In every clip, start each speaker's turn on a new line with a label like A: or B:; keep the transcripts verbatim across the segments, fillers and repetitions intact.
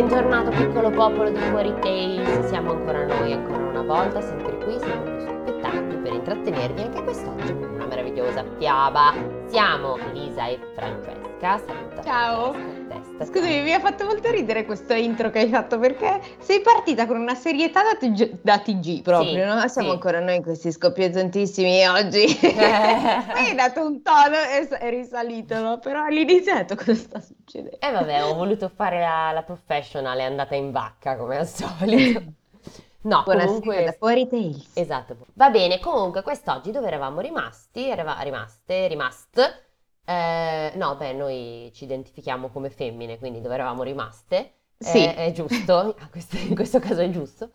A: Bentornato piccolo popolo di Fuori Tales, siamo ancora noi, ancora una volta, sempre qui, sempre più scoppettanti per intrattenervi anche quest'oggi con una meravigliosa fiaba. Siamo Lisa e Francesca, saluta
B: Ciao.
A: Francesca, testa.
B: Scusami, mi ha fatto molto ridere questo intro che hai fatto perché sei partita con una serietà da T G, da T G proprio,
A: Sì,
B: no? Siamo
A: sì.
B: ancora noi questi scoppiettantissimi oggi. Poi hai dato un tono e s- è risalito, no? Però all'inizio hai detto cosa sta succedendo.
A: E vabbè, ho voluto fare la, la professional, è andata in vacca come al solito. No,
B: Buonasera da
A: comunque,
B: Fuori Tales.
A: esatto. Va bene, comunque quest'oggi dove eravamo rimasti? Erava, rimaste, rimast. Eh, no, beh, noi ci identifichiamo come femmine, quindi dove eravamo rimaste. Eh,
B: Sì,
A: è giusto, ah, questo- in questo caso è giusto.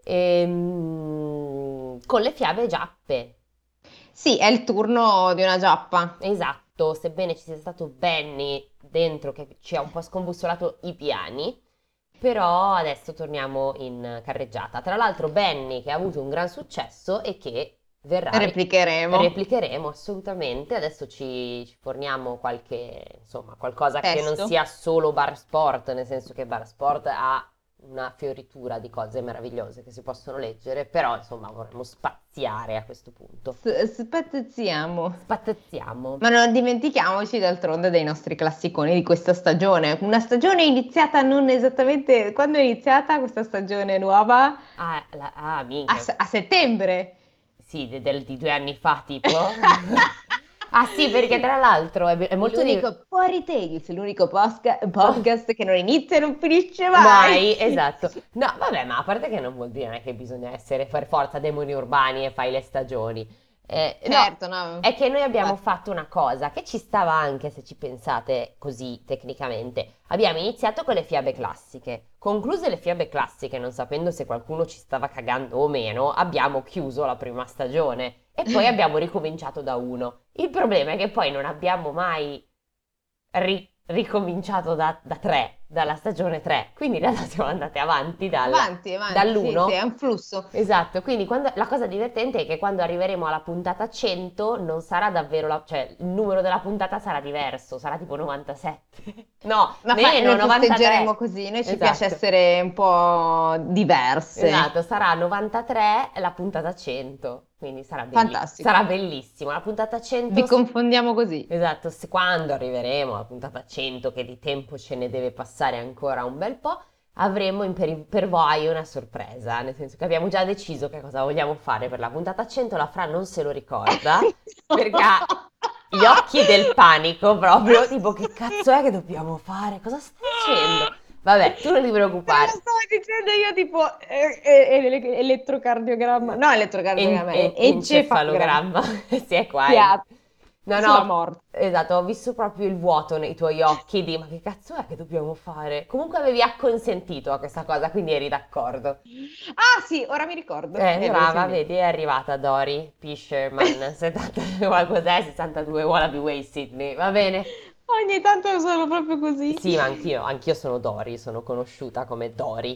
A: Ehm, con le fiabe giappe.
B: sì, è il turno di una giappa.
A: Esatto, sebbene ci sia stato Benny dentro che ci ha un po' scombussolato i piani, però adesso torniamo in carreggiata. Tra l'altro Benny che ha avuto un gran successo e che verrà, ri-
B: Replicheremo.
A: replicheremo assolutamente. Adesso ci, ci forniamo qualche, insomma, qualcosa che non
B: Testo.
A: sia solo bar sport, nel senso che bar sport ha una fioritura di cose meravigliose che si possono leggere, però insomma vorremmo spaziare a questo punto.
B: S- Spezziamo.
A: Spaziamo.
B: Ma non dimentichiamoci d'altronde dei nostri classiconi di questa stagione. Una stagione iniziata non esattamente... Quando è iniziata questa stagione nuova?
A: Ah, la- ah,
B: A,
A: minchia.
B: s- a settembre.
A: Sì, de- del- di due anni fa, tipo. Ah, sì, perché tra l'altro è, è molto di...
B: L'unico Fuori Tales, l'unico posca- podcast che non inizia e non finisce mai.
A: Mai, esatto. No, vabbè, ma a parte che non vuol dire che bisogna essere per forza demoni urbani e fai le stagioni. Eh, no,
B: Certo, no.
A: è che noi abbiamo
B: Infatti.
A: fatto una cosa che ci stava anche se ci pensate così tecnicamente. Abbiamo iniziato con le fiabe classiche. Concluse le fiabe classiche, non sapendo se qualcuno ci stava cagando o meno, abbiamo chiuso la prima stagione e poi abbiamo ricominciato da uno. Il problema è che poi non abbiamo mai ri- ricominciato da, da tre, dalla stagione tre, quindi in realtà siamo andate avanti dal-
B: Avanti, avanti, sì, sì,
A: dall'uno.
B: è un flusso.
A: Esatto, quindi quando- la cosa divertente è che quando arriveremo alla puntata cento non sarà davvero la, cioè il numero della puntata sarà diverso, sarà tipo novantasette. No,
B: Ma fa-
A: meno,
B: noi festeggeremo
A: novantatré.
B: così, noi ci piace
A: Esatto.
B: essere un po' diverse.
A: Esatto, sarà novantatré la puntata cento, quindi sarà, belli-
B: Fantastico.
A: sarà bellissimo. La puntata cento,
B: Vi confondiamo così.
A: esatto, se quando arriveremo alla puntata cento, che di tempo ce ne deve passare ancora un bel po', avremo in per, per voi una sorpresa, nel senso che abbiamo già deciso che cosa vogliamo fare per la puntata cento, la Fra non se lo ricorda, perché ha gli occhi del panico proprio, tipo che cazzo è che dobbiamo fare? Cosa stai dicendo? Vabbè, tu non ti
B: Te lo
A: preoccupare.
B: stavo dicendo io tipo eh, eh, ele- elettrocardiogramma, no
A: En-
B: elettrocardiogramma, è
A: en-
B: encefalogramma.
A: encefalogramma, sì, è qua. è-
B: Fiat
A: No,
B: sulla
A: no,
B: morte.
A: esatto, ho visto proprio il vuoto nei tuoi occhi di ma che cazzo è che dobbiamo fare? Comunque avevi acconsentito a questa cosa, quindi eri d'accordo.
B: Ah sì, ora mi ricordo.
A: Eh,
B: Eh, lo
A: brava,
B: senti.
A: vedi, è arrivata Dory Fisherman, settanta, qualcos'è, sessantadue, Wallaby Way Sydney, va bene.
B: Ogni tanto sono proprio così.
A: Sì, ma anch'io, anch'io sono Dory, sono conosciuta come Dory.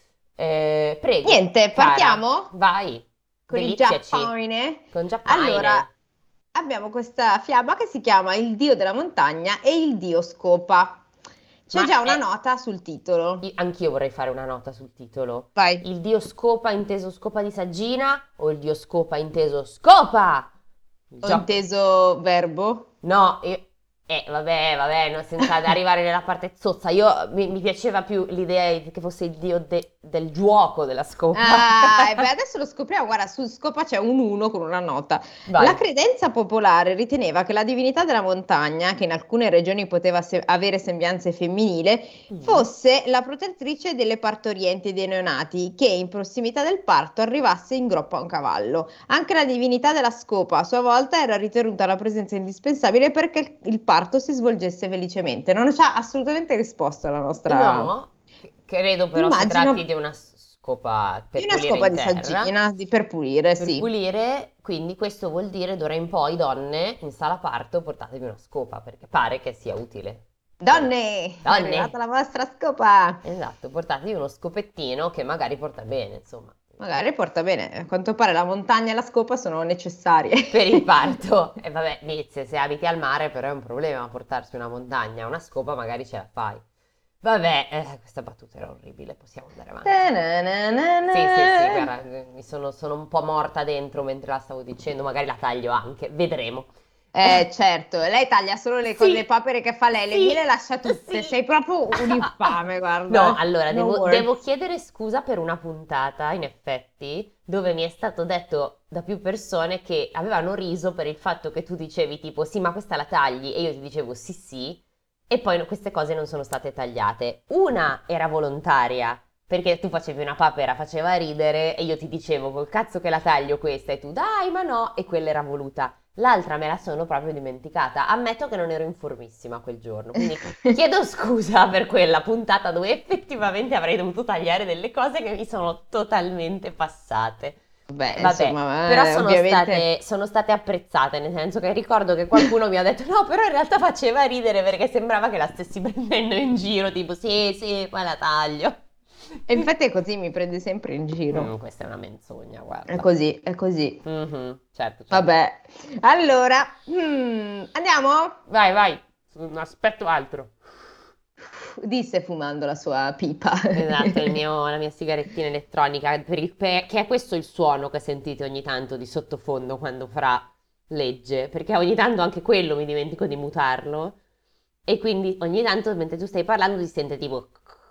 A: Eh, prego,
B: Niente,
A: cara,
B: partiamo
A: vai,
B: con il
A: deliziaci
B: Giappone.
A: con Giappone.
B: Allora, abbiamo questa fiaba che si chiama Il dio della montagna e il dio scopa. C'è
A: Ma
B: già una
A: è-
B: nota sul titolo.
A: i- anch'io vorrei fare una nota sul titolo.
B: Vai.
A: Il dio scopa inteso scopa di saggina o il dio scopa inteso scopa? Il
B: Ho
A: gioco-
B: inteso verbo.
A: No, io... Eh, vabbè, vabbè, no, senza arrivare nella parte zozza. Io mi, mi piaceva più l'idea di- che fosse il dio de- del giuoco della scopa.
B: Ah, e beh, adesso lo scopriamo. Guarda, su scopa c'è un uno con una nota.
A: Vai.
B: La credenza popolare riteneva che la divinità della montagna, che in alcune regioni poteva se- avere sembianze femminile,
A: Mm.
B: fosse la protettrice delle partorienti e dei neonati, che in prossimità del parto arrivasse in groppa a un cavallo. Anche la divinità della scopa, a sua volta, era ritenuta la presenza indispensabile perché il parto si svolgesse felicemente. Non ci ha assolutamente risposto alla nostra...
A: No, credo però si
B: Immagino-
A: tratti di una scopa per
B: Di una
A: pulire
B: scopa
A: in
B: di
A: terra.
B: saggina, di- per pulire,
A: Per
B: sì.
A: pulire, quindi questo vuol dire d'ora in poi, donne, in sala parto portatevi una scopa, perché pare che sia utile.
B: Donne, è
A: Donne.
B: arrivata la vostra scopa.
A: Esatto, portatevi uno scopettino che magari porta bene, insomma,
B: Magari porta bene, a quanto pare la montagna e la scopa sono necessarie.
A: per il parto. E vabbè, Liz, se abiti al mare però è un problema portarsi una montagna, una scopa magari ce la fai. Vabbè, eh, questa battuta era orribile, possiamo andare avanti.
B: Ta-na-na-na-na.
A: Sì, sì, sì, guarda, eh, mi sono, sono un po' morta dentro mentre la stavo dicendo, magari la taglio anche, vedremo.
B: Eh, certo, lei taglia solo le, co- le
A: Sì,
B: papere che fa lei, le mie le
A: sì,
B: lascia tutte.
A: sì.
B: Sei proprio un infame,
A: No,
B: guarda.
A: allora
B: No
A: devo, devo
B: words.
A: chiedere scusa per una puntata, in effetti, dove mi è stato detto da più persone che avevano riso per il fatto che tu dicevi tipo sì, ma questa la tagli e io ti dicevo sì, sì, e poi no- queste cose non sono state tagliate. Una era volontaria, perché tu facevi una papera, faceva ridere e io ti dicevo col cazzo che la taglio questa e tu dai, ma no, e quella era voluta. L'altra me la sono proprio dimenticata. Ammetto che non ero informissima quel giorno, quindi chiedo scusa per quella puntata dove effettivamente avrei dovuto tagliare delle cose che mi sono totalmente passate.
B: Beh,
A: Vabbè, però
B: insomma, eh,
A: sono
B: ovviamente.
A: state, sono state apprezzate, nel senso che ricordo che qualcuno mi ha detto no, però in realtà faceva ridere perché sembrava che la stessi prendendo in giro, tipo sì, sì, poi la taglio.
B: E infatti è così, mi prende sempre in
A: Mm,
B: giro.
A: questa è una menzogna,
B: È
A: guarda.
B: così, è così.
A: Mhm, certo, certo.
B: Vabbè. Allora, mm, andiamo?
A: Vai, vai, aspetto altro.
B: Disse fumando la sua pipa.
A: Esatto, il mio- la mia sigarettina elettronica, per il- per- che è questo il suono che sentite ogni tanto di sottofondo quando Fra legge, perché ogni tanto anche quello mi dimentico di mutarlo e quindi ogni tanto mentre tu stai parlando si sente tipo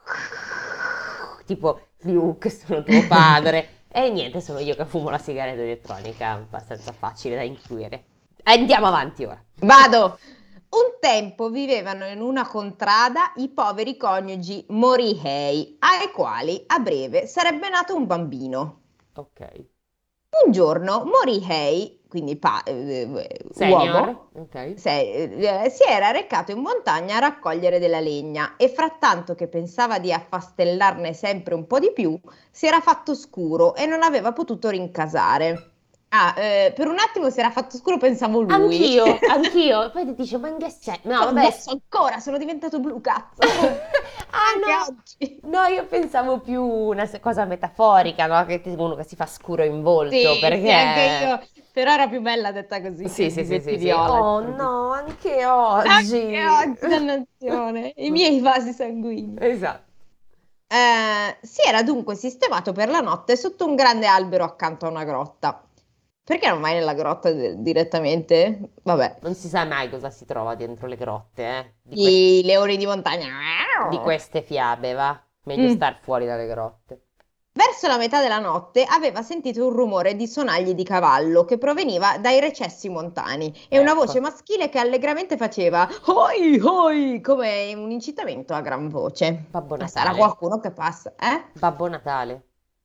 A: tipo Luke, sono tuo padre e niente, sono io che fumo la sigaretta elettronica, abbastanza facile da intuire. Andiamo avanti ora.
B: Vado. Un tempo vivevano in una contrada i poveri coniugi Morihei, ai quali a breve sarebbe nato un bambino.
A: Ok.
B: Un giorno Morihei, quindi pa- eh,
A: Senior,
B: uomo,
A: ok.
B: se- eh, si era recato in montagna a raccogliere della legna e frattanto che pensava di affastellarne sempre un po' di più, si era fatto scuro e non aveva potuto rincasare. Ah, eh, per un attimo si era fatto scuro, pensavo lui.
A: Anch'io, anch'io. Poi ti dice, ma in che senso? No, vabbè. s-
B: Adesso ancora sono diventato blu, cazzo.
A: Ah
B: Anche
A: no!
B: oggi.
A: No, io pensavo più una se- cosa metaforica, no? Che ti- uno che si fa scuro in volto,
B: Sì, sì, anche
A: perché...
B: io, però era più bella detta così
A: Sì,
B: che
A: sì,
B: di
A: sì, sì,
B: vestiti
A: sì.
B: viola,
A: Oh
B: capito?
A: no, anche
B: Anche
A: oggi.
B: oggi, dannazione, i miei vasi sanguigni.
A: Esatto.
B: Eh, si era dunque sistemato per la notte sotto un grande albero accanto a una grotta. Perché non vai nella grotta di- direttamente? Vabbè,
A: Non si sa mai cosa si trova dentro le grotte, eh? Di, que-
B: i leoni di montagna.
A: di queste fiabe, va? Meglio
B: Mm.
A: star fuori dalle grotte.
B: Verso la metà della notte aveva sentito un rumore di sonagli di cavallo che proveniva dai recessi montani e una voce
A: Ecco,
B: maschile che allegramente faceva Hoi, hoi, come un incitamento a gran voce.
A: Babbo
B: Sarà
A: Natale.
B: qualcuno che passa, eh?
A: Babbo Natale.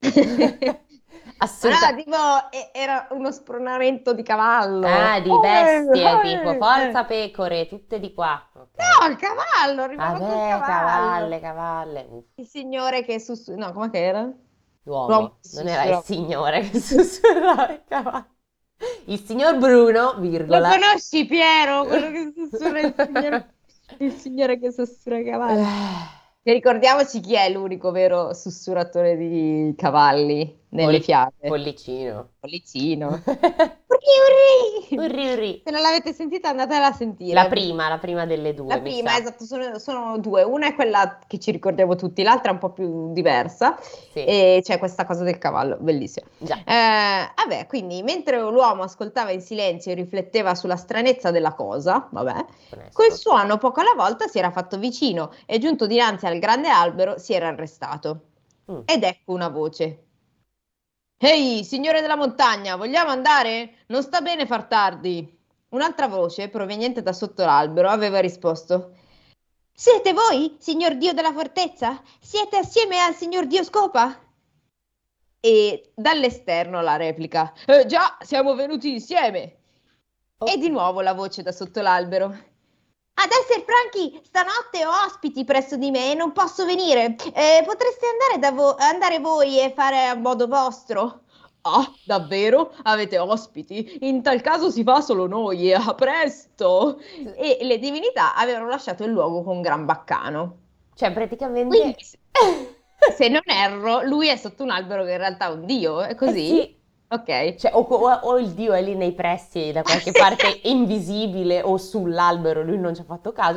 B: Ma no,
A: Assolutamente.
B: tipo, e- era uno spronamento di cavallo.
A: Ah, di
B: Hoi,
A: bestie, tipo
B: hoi, eh.
A: forza pecore, tutte di qua. Ok.
B: No, il cavallo, arrivava col
A: Vabbè,
B: cavallo.
A: cavalle, cavalle. Uff,
B: Il signore che sussurra, no, com'è che era? L'uomo
A: l'uomo,
B: che
A: non era il
B: sussurra.
A: signore che sussurrava i cavalli. Il signor Bruno,
B: Lo
A: virgola.
B: conosci, Piero? Quello che sussurra il signore, il signore che sussurra i cavalli.
A: Eh,
B: E ricordiamoci chi è l'unico vero sussurratore di cavalli nelle
A: Pol-
B: fiabe.
A: pollicino.
B: Pollicino. Urri, urri.
A: Urri urri.
B: Se non l'avete sentita, andatela a
A: La
B: sentire.
A: prima, la prima delle
B: La
A: due, mi
B: prima,
A: sa.
B: esatto, sono, sono due. Una è quella che ci ricordiamo tutti, l'altra è un po' più diversa.
A: Sì,
B: E c'è questa cosa del cavallo, bellissima.
A: già,
B: Eh, vabbè, quindi mentre l'uomo ascoltava in silenzio e rifletteva sulla stranezza della cosa, vabbè, quel
A: onesto.
B: suono poco alla volta si era fatto vicino e giunto dinanzi al grande albero si era arrestato.
A: Mm,
B: Ed ecco una voce. Ehi, signore della montagna, vogliamo andare? Non sta bene far tardi. Un'altra voce, proveniente da sotto l'albero, aveva risposto. Siete voi, signor Dio della fortezza? Siete assieme al signor Dio Scopa? E dall'esterno la replica. "Eh, già, siamo venuti insieme. E
A: ok.
B: di nuovo la voce da sotto l'albero. Ad esser franchi, stanotte ho ospiti presso di me e non posso venire. Eh, potreste andare, da vo- andare voi e fare a modo vostro? Ah, davvero? Avete ospiti? In tal caso si fa solo noi. A presto! E le divinità avevano lasciato il luogo con gran baccano.
A: Cioè,
B: Quindi,
A: praticamente...
B: se se non erro, lui è sotto un albero che in realtà è un dio, è
A: Eh
B: così?
A: sì,
B: Ok.
A: cioè, o, o- o il dio è lì nei pressi da qualche parte invisibile o sull'albero, lui non ci ha fatto caso,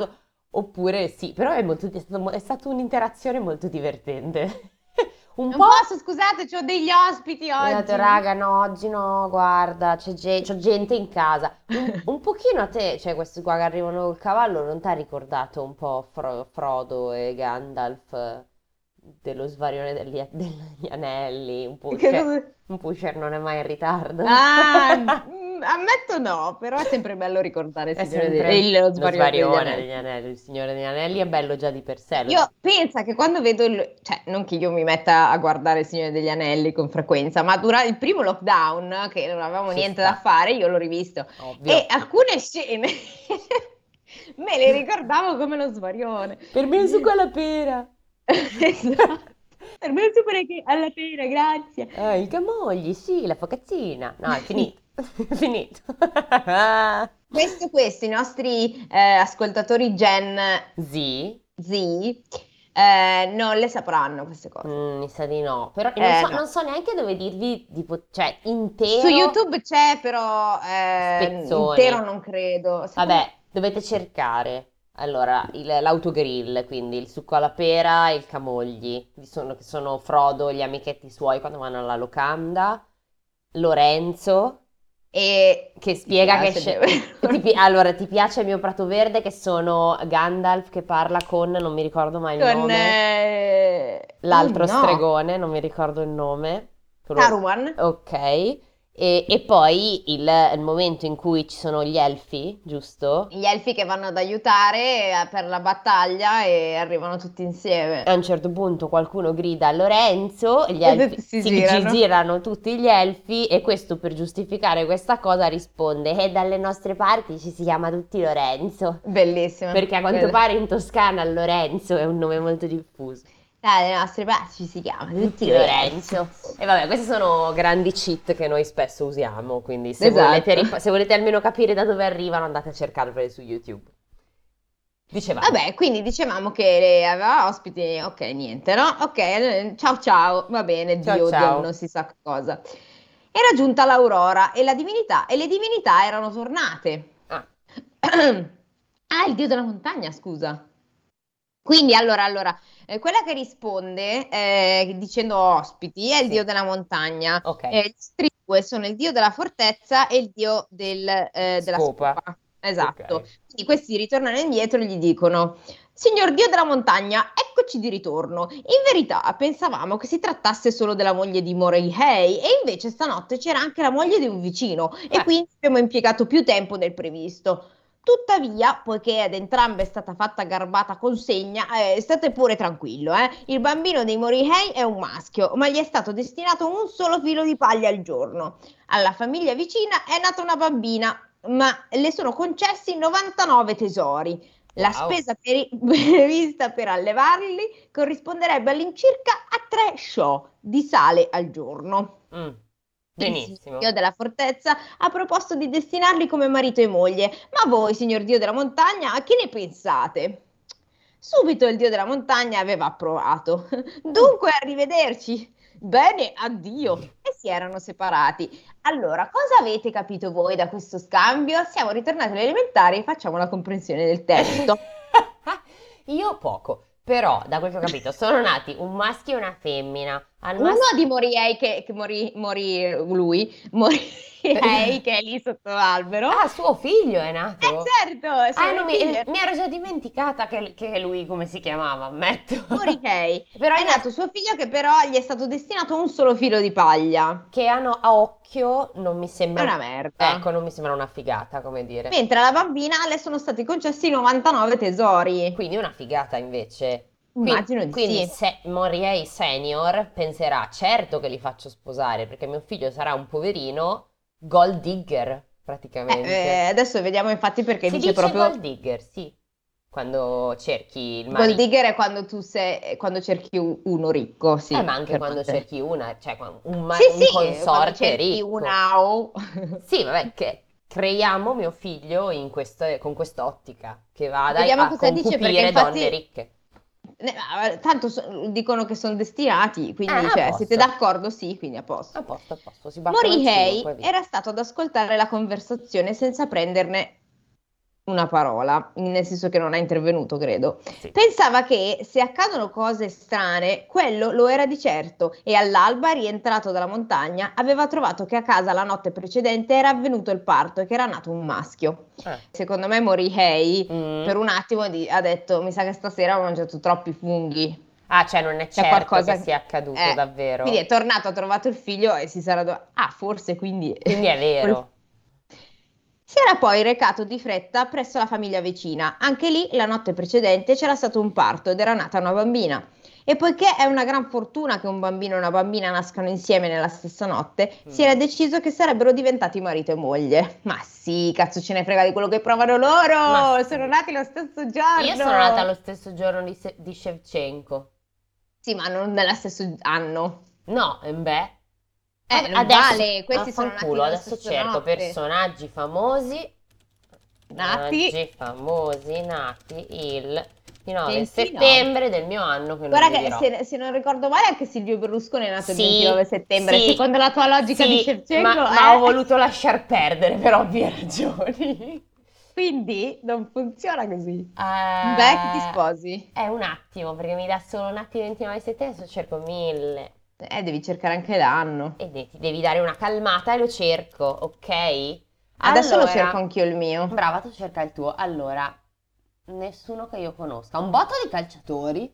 A: Oppure sì, però è molto, è stato, è stata un'interazione molto divertente. Un
B: Non
A: po'.
B: posso, scusate, ho degli ospiti
A: Ho detto,
B: oggi.
A: raga, no, oggi no, guarda, c'è ge- c'ho gente in casa. Un, un pochino a te, cioè questi qua che arrivano col cavallo, non ti ha ricordato un po' Fro- Frodo e Gandalf eh, dello svarione degli, degli anelli? Un
B: Che
A: pusher,
B: cosa-
A: un pusher non è mai in ritardo.
B: Ah, mm, ammetto no, però è sempre bello ricordare il
A: È
B: Signore de-
A: sempre
B: e lo
A: lo
B: Svarione degli
A: svarione
B: Anelli.
A: degli anelli. Il Signore degli Anelli è bello già di per sé. lo-
B: Io penso che quando vedo il, cioè non che io mi metta a guardare il Signore degli Anelli con frequenza, ma durante il primo lockdown, che non avevamo
A: Ci
B: niente da
A: sta,
B: fare, io l'ho rivisto
A: ovvio.
B: e alcune scene me le ricordavo come lo Svarione.
A: Per me su quella pera.
B: Esatto. Per me è super che alla pena, grazie.
A: Ah, il camogli, sì, la focazzina. No, è finito. È finito.
B: Questo, questo, i nostri eh, ascoltatori Gen
A: Sì,
B: Z eh, non le sapranno queste cose.
A: mm, mi sa di no. Però non
B: Eh,
A: so,
B: no.
A: non so neanche dove dirvi, tipo, cioè,
B: Su
A: intero
B: YouTube c'è, però eh, intero
A: spezzoni.
B: non credo. Secondo
A: Vabbè, dovete cercare. Allora, il- l'autogrill, quindi il succo alla pera e il camogli, Di sono- che sono Frodo e gli amichetti suoi quando vanno alla locanda. Lorenzo,
B: E
A: che
B: ti
A: spiega che
B: piace,
A: sce- ti pi- allora ti piace il mio prato verde che sono Gandalf che parla con non mi ricordo mai il
B: con
A: nome,
B: eh, oh
A: l'altro
B: no,
A: stregone, non mi ricordo il nome. quello-
B: Saruman.
A: Ok. E, e poi il, il momento in cui ci sono gli elfi, giusto?
B: Gli elfi che vanno ad aiutare eh, per la battaglia e arrivano tutti
A: A
B: insieme.
A: un certo punto qualcuno grida a Lorenzo, e gli
B: E
A: elfi
B: tutti si
A: si gi-
B: girano.
A: girano tutti gli elfi e questo per giustificare questa cosa risponde e dalle nostre parti ci si chiama tutti Lorenzo,
B: Bellissima.
A: perché a quanto
B: Bella.
A: pare in Toscana Lorenzo è un nome molto diffuso.
B: Dalle nostre parti ci si chiama tutti
A: Tutti
B: Lorenzo.
A: Lorenzo. E vabbè, questi sono grandi cheat che noi spesso usiamo, quindi se volete,
B: Esatto.
A: rip- se volete almeno capire da dove arrivano andate a cercarveli su YouTube. Dicevamo.
B: Vabbè, quindi dicevamo che aveva ospiti, ok, niente, no? Ok, eh, ciao ciao, va bene,
A: Ciao
B: Dio, Dio,
A: ciao.
B: non si sa cosa. Era giunta l'Aurora e la divinità, e le divinità erano tornate.
A: Ah,
B: Ah, il dio della montagna, scusa. Quindi allora, allora, eh, quella che risponde eh, dicendo ospiti è il dio
A: sì,
B: della montagna.
A: ok.
B: Eh, gli altri due sono il dio della fortezza e il dio del, eh, della
A: Scopa.
B: scopa. Esatto.
A: Ok.
B: Quindi questi ritornano indietro e gli dicono: Signor dio della montagna, eccoci di ritorno. In verità pensavamo che si trattasse solo della moglie di Morihei e invece stanotte c'era anche la moglie di un vicino e
A: Eh,
B: quindi abbiamo impiegato più tempo del previsto. Tuttavia, poiché ad entrambe è stata fatta garbata consegna, eh, state pure tranquillo, eh. Il bambino dei Morihei è un maschio, ma gli è stato destinato un solo filo di paglia al giorno. Alla famiglia vicina è nata una bambina, ma le sono concessi novantanove tesori. La
A: wow.
B: spesa peri- prevista per allevarli corrisponderebbe all'incirca a tre show di sale al giorno.
A: Mm,
B: Il signor
A: benissimo.
B: Dio della fortezza ha proposto di destinarli come marito e moglie, ma voi, signor Dio della montagna, che ne pensate? Subito il Dio della montagna aveva approvato.
A: Mm.
B: Dunque, arrivederci. Bene, addio. E si erano separati. Allora, cosa avete capito voi da questo scambio? Siamo ritornati alle elementari e facciamo la comprensione del testo.
A: Io poco, però da quel che ho capito sono nati un maschio e una femmina. Al
B: Uno
A: maschio.
B: di Moriei che, che morì, morì lui, Moriei che è lì sotto l'albero.
A: Ah, suo figlio è
B: Eh
A: nato?
B: certo,
A: Ah,
B: sono
A: non
B: i
A: mi,
B: figli.
A: mi ero già dimenticata che, che lui come si chiamava, ammetto.
B: Morihei.
A: Però
B: È
A: in realtà
B: nato suo figlio che però gli è stato destinato un solo filo di paglia.
A: che hanno a occhio non mi
B: È
A: sembra.
B: una merda.
A: Ecco, non mi sembra una figata, come dire.
B: Mentre alla bambina le sono stati concessi novantanove tesori.
A: Quindi una figata invece. Quindi,
B: Immagino di
A: quindi
B: sì.
A: se Moriei senior penserà, certo che li faccio sposare perché mio figlio sarà un poverino gold digger,
B: Eh, eh,
A: praticamente.
B: adesso vediamo infatti perché
A: Si
B: dice
A: dice
B: proprio
A: gold digger, sì, quando cerchi il
B: gold
A: marito.
B: digger è quando tu sei, quando cerchi u- uno ricco,
A: Eh,
B: sì,
A: ma anche
B: per
A: quando
B: mantenere.
A: cerchi una, cioè qua- un, ma-
B: Sì,
A: un
B: sì, quando
A: consorte
B: cerchi
A: ricco.
B: una o...
A: Sì, vabbè, che creiamo mio figlio in queste- con quest'ottica, che vada
B: Vediamo
A: a
B: cosa dice perché
A: concupire donne
B: infatti
A: ricche.
B: eh, ah, tanto so- dicono che sono destinati,
A: Eh,
B: quindi
A: a
B: cioè, siete
A: posto,
B: d'accordo? Sì, quindi a posto.
A: a posto, a posto, si battono il cibo,
B: Morihei
A: poi via.
B: era stato ad ascoltare la conversazione senza prenderne una parola, nel senso che non ha intervenuto, credo.
A: Sì.
B: Pensava che se accadono cose strane, quello lo era di certo e all'alba, rientrato dalla montagna, aveva trovato che a casa la notte precedente era avvenuto il parto e che era nato un maschio.
A: Ah.
B: Secondo me Morihei
A: Mm.
B: per un attimo di- ha detto mi sa che stasera ho mangiato troppi funghi.
A: Ah, cioè non è
B: C'è
A: certo
B: qualcosa
A: che sia accaduto
B: eh,
A: davvero.
B: Quindi è tornato, ha trovato il figlio e si sarà do- ah, forse quindi
A: Quindi è vero.
B: Si era poi recato di fretta presso la famiglia vicina. Anche lì la notte precedente c'era stato un parto ed era nata una bambina. E poiché è una gran fortuna che un bambino e una bambina nascano insieme nella stessa notte, si era
A: Mm.
B: deciso che sarebbero diventati marito e moglie. Ma sì, cazzo ce ne frega di quello che provano loro!
A: Ma sì.
B: Sono nati lo stesso giorno!
A: Io sono nata lo stesso giorno di, Se- di Shevchenko.
B: Sì, ma non nello stesso anno.
A: No, e beh.
B: Eh,
A: Vabbè,
B: non
A: adesso,
B: vale, questi sono nati
A: affanculo,
B: nella
A: adesso
B: stessa
A: cerco
B: notte.
A: personaggi famosi.
B: Nati
A: Personaggi famosi nati il ventinove
B: ventinove.
A: settembre del mio anno che non
B: Guarda
A: vi
B: che
A: dirò.
B: se, se non ricordo male anche Silvio Berlusconi è nato il
A: Sì,
B: ventinove settembre,
A: sì,
B: secondo la tua logica di
A: sì,
B: Shevchenko,
A: ma, ma ho
B: eh?
A: voluto lasciar perdere per ovvie ragioni.
B: Quindi non funziona così.
A: Eh,
B: Beh, chi ti sposi?
A: È un attimo, perché mi dà solo un attimo il ventinove settembre, adesso cerco mille.
B: Eh, devi cercare anche l'anno.
A: E de- ti devi dare una calmata e lo cerco, ok?
B: Adesso lo
A: Allora,
B: cerco anch'io il mio.
A: brava, tu cerca il tuo. Allora, nessuno che io conosca. Un botto di calciatori.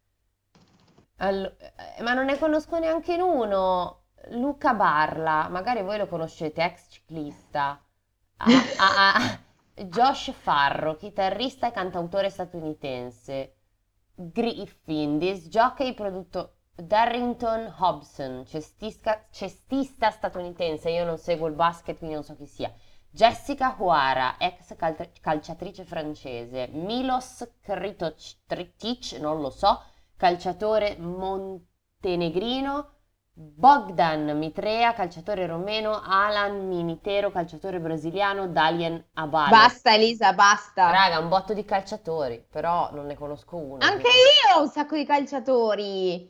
A: Allo- eh, ma non ne conosco neanche uno. Luca Barla, magari voi lo conoscete, ex ciclista. Ah, ah, ah. Josh Farro, chitarrista e cantautore statunitense. Griffin, disc jockey, produttore. Darrington Hobson, cestisca- cestista statunitense. Io non seguo il basket, quindi non so chi sia. Jessica Huara, ex cal- calciatrice francese. Milos Kritic, non lo so, calciatore montenegrino. Bogdan Mitrea, calciatore romeno. Alan Minitero, calciatore brasiliano. Dalien Abalo.
B: Basta Elisa, basta.
A: Raga, un botto di calciatori, però non ne conosco uno.
B: Anche
A: quindi-
B: io ho un sacco di calciatori.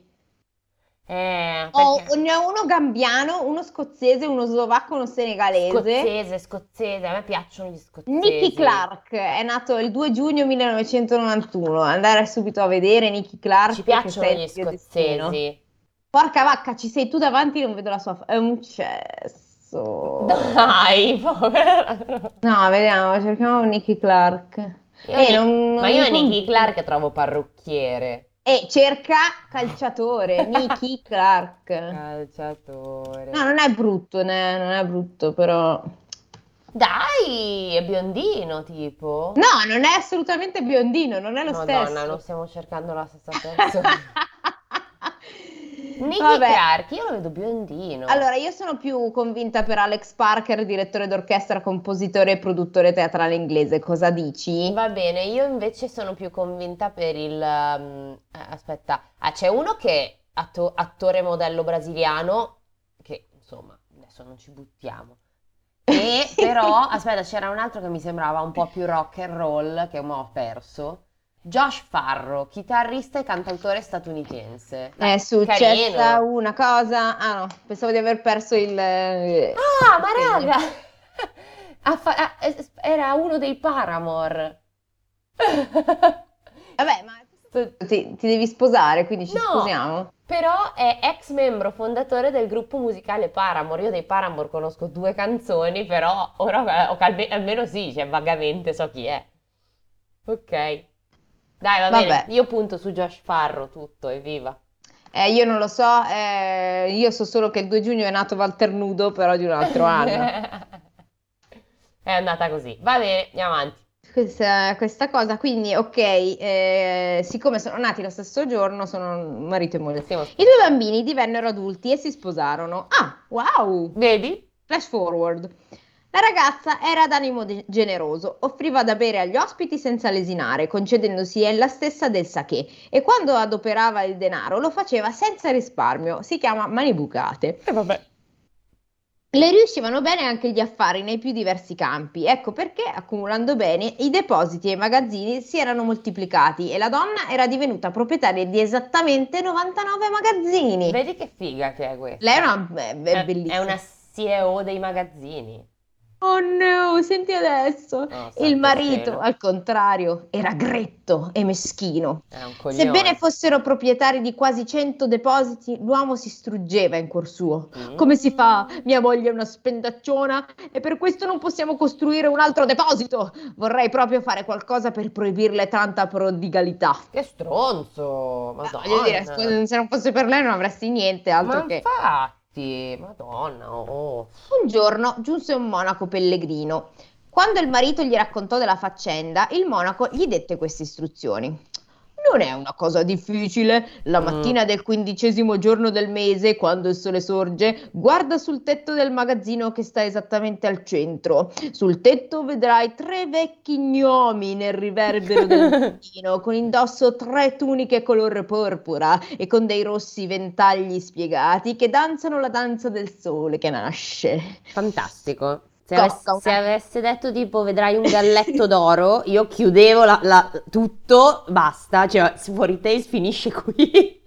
A: Eh,
B: Ho,
A: perché...
B: ne ho uno gambiano, uno scozzese, uno slovacco, uno senegalese.
A: Scozzese, scozzese, a me piacciono gli scozzesi.
B: Nicky Clark è nato il due giugno millenovecentonovantuno. Andare subito a vedere Nicky Clark.
A: Ci
B: che
A: piacciono
B: sei
A: gli
B: il mio destino.
A: scozzesi.
B: Porca vacca, ci sei tu davanti, non vedo la sua. fa- È un cesso.
A: Dai, povera.
B: No, vediamo, cerchiamo Nicky Clark.
A: Io
B: Eh,
A: Ni-
B: non-
A: Ma
B: non
A: io
B: mi
A: Nicky
B: convince.
A: Clark trovo parrucchiere.
B: E cerca calciatore, Nicky Clark.
A: Calciatore.
B: No, non è brutto, né, non è brutto, però.
A: Dai, è biondino tipo.
B: No, non è assolutamente biondino, non è lo
A: Madonna,
B: stesso.
A: non stiamo cercando la stessa persona. Nicky
B: Vabbè.
A: Clark, io lo vedo biondino.
B: Allora, io sono più convinta per Alex Parker, direttore d'orchestra, compositore e produttore teatrale inglese. Cosa dici?
A: Va bene, io invece sono più convinta per il... um, eh, aspetta, ah, c'è uno che è atto- attore modello brasiliano, che insomma, adesso non ci buttiamo. E però, aspetta, c'era un altro che mi sembrava un po' più rock and roll, che mo ho perso. Josh Farro, chitarrista e cantautore statunitense.
B: È successa
A: Carino.
B: una cosa. Ah no, pensavo di aver perso il. eh,
A: Ah, ma
B: segno.
A: raga! Ha fa- ah, es- era uno dei Paramore.
B: Vabbè, ma ti, ti devi sposare, quindi ci
A: No,
B: sposiamo.
A: però è ex membro fondatore del gruppo musicale Paramore. Io dei Paramore conosco due canzoni, però ora o calme- almeno sì, cioè vagamente so chi è. Ok. Dai, va bene,
B: Vabbè.
A: io punto su Josh Farro, tutto, evviva.
B: Eh, io non lo so, eh, io so solo che il due giugno è nato Walter Nudo, però di un altro anno.
A: È andata così. Va bene, andiamo avanti.
B: Questa, questa cosa, quindi ok, eh, siccome sono nati lo stesso giorno, sono marito e moglie.
A: Stiamo-
B: I due bambini divennero adulti e si sposarono. Ah, wow!
A: Vedi?
B: Flash forward. La ragazza era d'animo de- generoso, offriva da bere agli ospiti senza lesinare, concedendosi ella stessa del sake e quando adoperava il denaro lo faceva senza risparmio. Si chiama mani bucate.
A: E vabbè.
B: Le riuscivano bene anche gli affari nei più diversi campi, ecco perché, accumulando bene, i depositi e i magazzini si erano moltiplicati e la donna era divenuta proprietaria di esattamente novantanove magazzini.
A: Vedi che figa che è questa?
B: Lei è una, è, è
A: È-
B: bellissima.
A: È una C E O dei magazzini.
B: Oh no, senti adesso.
A: No,
B: Il
A: sante
B: marito,
A: scena.
B: al contrario, era gretto e meschino.
A: Era un
B: Sebbene
A: coglione.
B: fossero proprietari di quasi cento depositi, l'uomo si struggeva in cuor suo. Come si fa?
A: Mm,
B: Mia moglie è una spendacciona e per questo non possiamo costruire un altro deposito. Vorrei proprio fare qualcosa per proibirle tanta prodigalità.
A: che stronzo,
B: Eh, voglio dire,
A: Madonna.
B: scusa, se non fosse per lei non avresti niente
A: Ma
B: altro che...
A: infatti, Madonna, oh.
B: Un giorno giunse un monaco pellegrino. Quando il marito gli raccontò della faccenda, il monaco gli dette queste istruzioni. Non è una cosa difficile. La
A: Mm.
B: mattina del quindicesimo giorno del mese, quando il sole sorge, guarda sul tetto del magazzino che sta esattamente al centro. Sul tetto vedrai tre vecchi gnomi nel riverbero del mattino, con indosso tre tuniche color porpora e con dei rossi ventagli spiegati che danzano la danza del sole che nasce.
A: Fantastico. Se avesse,
B: Scocca
A: se
B: una...
A: avesse detto tipo vedrai un galletto d'oro, io chiudevo la- la- tutto, basta, cioè Fuori Tales finisce qui.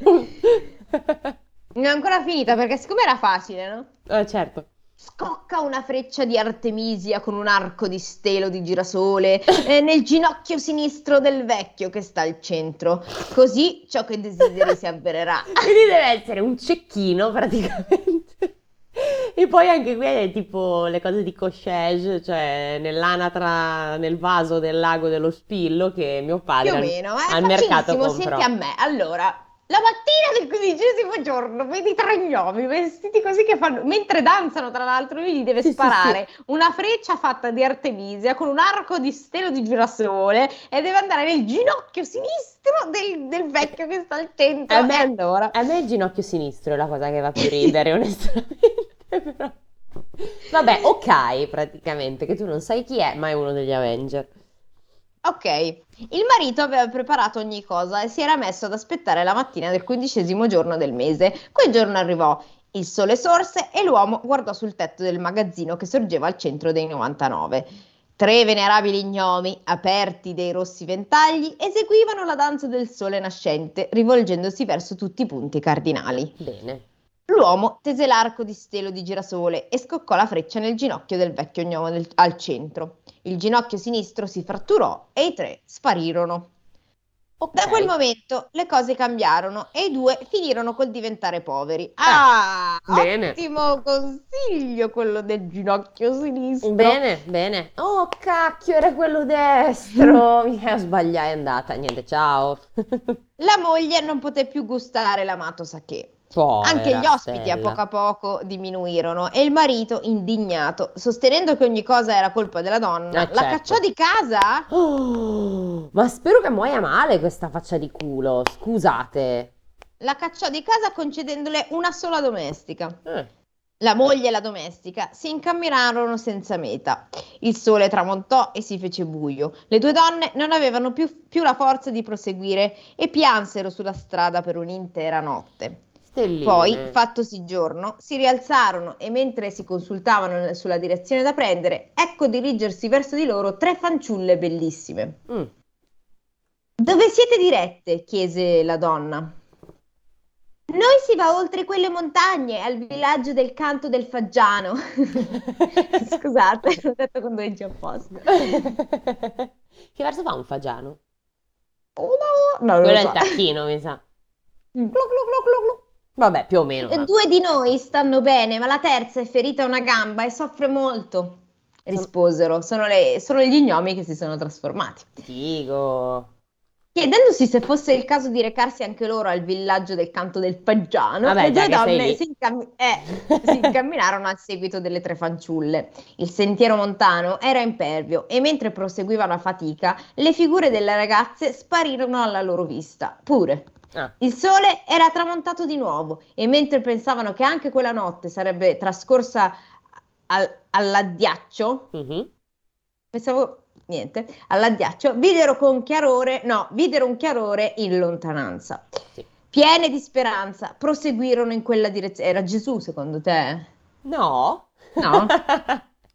B: Non è ancora finita perché siccome era facile, no?
A: Eh, certo.
B: Scocca una freccia di Artemisia con un arco di stelo di girasole eh, nel ginocchio sinistro del vecchio che sta al centro. Così ciò che desideri si avvererà.
A: Quindi deve essere un cecchino praticamente. E poi anche qui è tipo le cose di Cochege, cioè nell'anatra, nel vaso del lago dello Spillo che mio
B: Più
A: padre
B: o
A: al,
B: meno, è
A: al mercato
B: facilissimo, senti a
A: comprò.
B: me. Allora, la mattina del quindicesimo giorno, vedi tre gnomi vestiti così che fanno, mentre danzano tra l'altro, lui gli deve
A: Sì, sì, sì.
B: sparare una freccia fatta di Artemisia con un arco di stelo di girasole e deve andare nel ginocchio sinistro del, del vecchio che sta al
A: A
B: centro. E
A: me,
B: allora...
A: a me il ginocchio sinistro è la cosa che va più ridere, onestamente, però. Vabbè, ok, praticamente, che tu non sai chi è, ma è uno degli Avenger.
B: Ok, il marito aveva preparato ogni cosa e si era messo ad aspettare la mattina del quindicesimo giorno del mese. Quel giorno arrivò, il sole sorse e l'uomo guardò sul tetto del magazzino che sorgeva al centro dei novantanove. Tre venerabili gnomi, aperti dei rossi ventagli, eseguivano la danza del sole nascente, rivolgendosi verso tutti i punti cardinali.
A: Bene.
B: L'uomo tese l'arco di stelo di girasole e scoccò la freccia nel ginocchio del vecchio gnomo del- al centro. Il ginocchio sinistro si fratturò e i tre sparirono.
A: Ok.
B: Da quel momento le cose cambiarono e i due finirono col diventare poveri.
A: Eh,
B: Ah,
A: bene.
B: ottimo consiglio quello del ginocchio sinistro.
A: Bene, bene. Oh, cacchio, era quello destro. Mi ho sbagliato, è andata. Niente, ciao.
B: La moglie non poté più gustare l'amato sake. Anche
A: Povera
B: gli ospiti a poco
A: Stella.
B: a poco diminuirono e il marito, indignato, sostenendo che ogni cosa era colpa della donna,
A: Eh,
B: la cacciò
A: certo.
B: di casa.
A: Oh, ma spero che muoia male questa faccia di culo. Scusate.
B: La cacciò di casa concedendole una sola domestica.
A: Eh,
B: La moglie e la domestica si incamminarono senza meta. Il sole tramontò e si fece buio. Le due donne non avevano più, più la forza di proseguire e piansero sulla strada per un'intera notte. Poi,
A: stelline.
B: fattosi giorno, si rialzarono e mentre si consultavano sulla direzione da prendere, ecco dirigersi verso di loro tre fanciulle bellissime.
A: Mm.
B: Dove siete dirette? Chiese la donna. Noi si va oltre quelle montagne, al villaggio del Canto del Faggiano. Scusate, l'ho detto con due G apposta.
A: Che verso fa un fagiano?
B: Oh, no, non lo
A: Quello è il
B: so.
A: tacchino, mi sa.
B: Mm.
A: Glu, glu, glu, glu, glu. Vabbè, più o meno.
B: E
A: Ma
B: due di noi stanno bene, ma la terza è ferita a una gamba e soffre molto.
A: sono
B: Risposero, sono, le- sono gli gnomi che si sono trasformati.
A: figo.
B: Chiedendosi se fosse il caso di recarsi anche loro al villaggio del Canto del Faggiano,
A: Vabbè,
B: le
A: già
B: due
A: che sei
B: donne
A: lì.
B: si, incammi- eh, si incamminarono al seguito delle tre fanciulle. Il sentiero montano era impervio e mentre proseguivano a fatica, le figure delle ragazze sparirono alla loro vista, pure.
A: Ah,
B: Il sole era tramontato di nuovo e mentre pensavano che anche quella notte sarebbe trascorsa al- all'addiaccio,
A: mhm,
B: pensavo niente, all'addiaccio, videro con chiarore, no, videro un chiarore in lontananza.
A: sì.
B: Piene di speranza, proseguirono in quella direzione. Era Gesù, secondo te?
A: No?
B: No?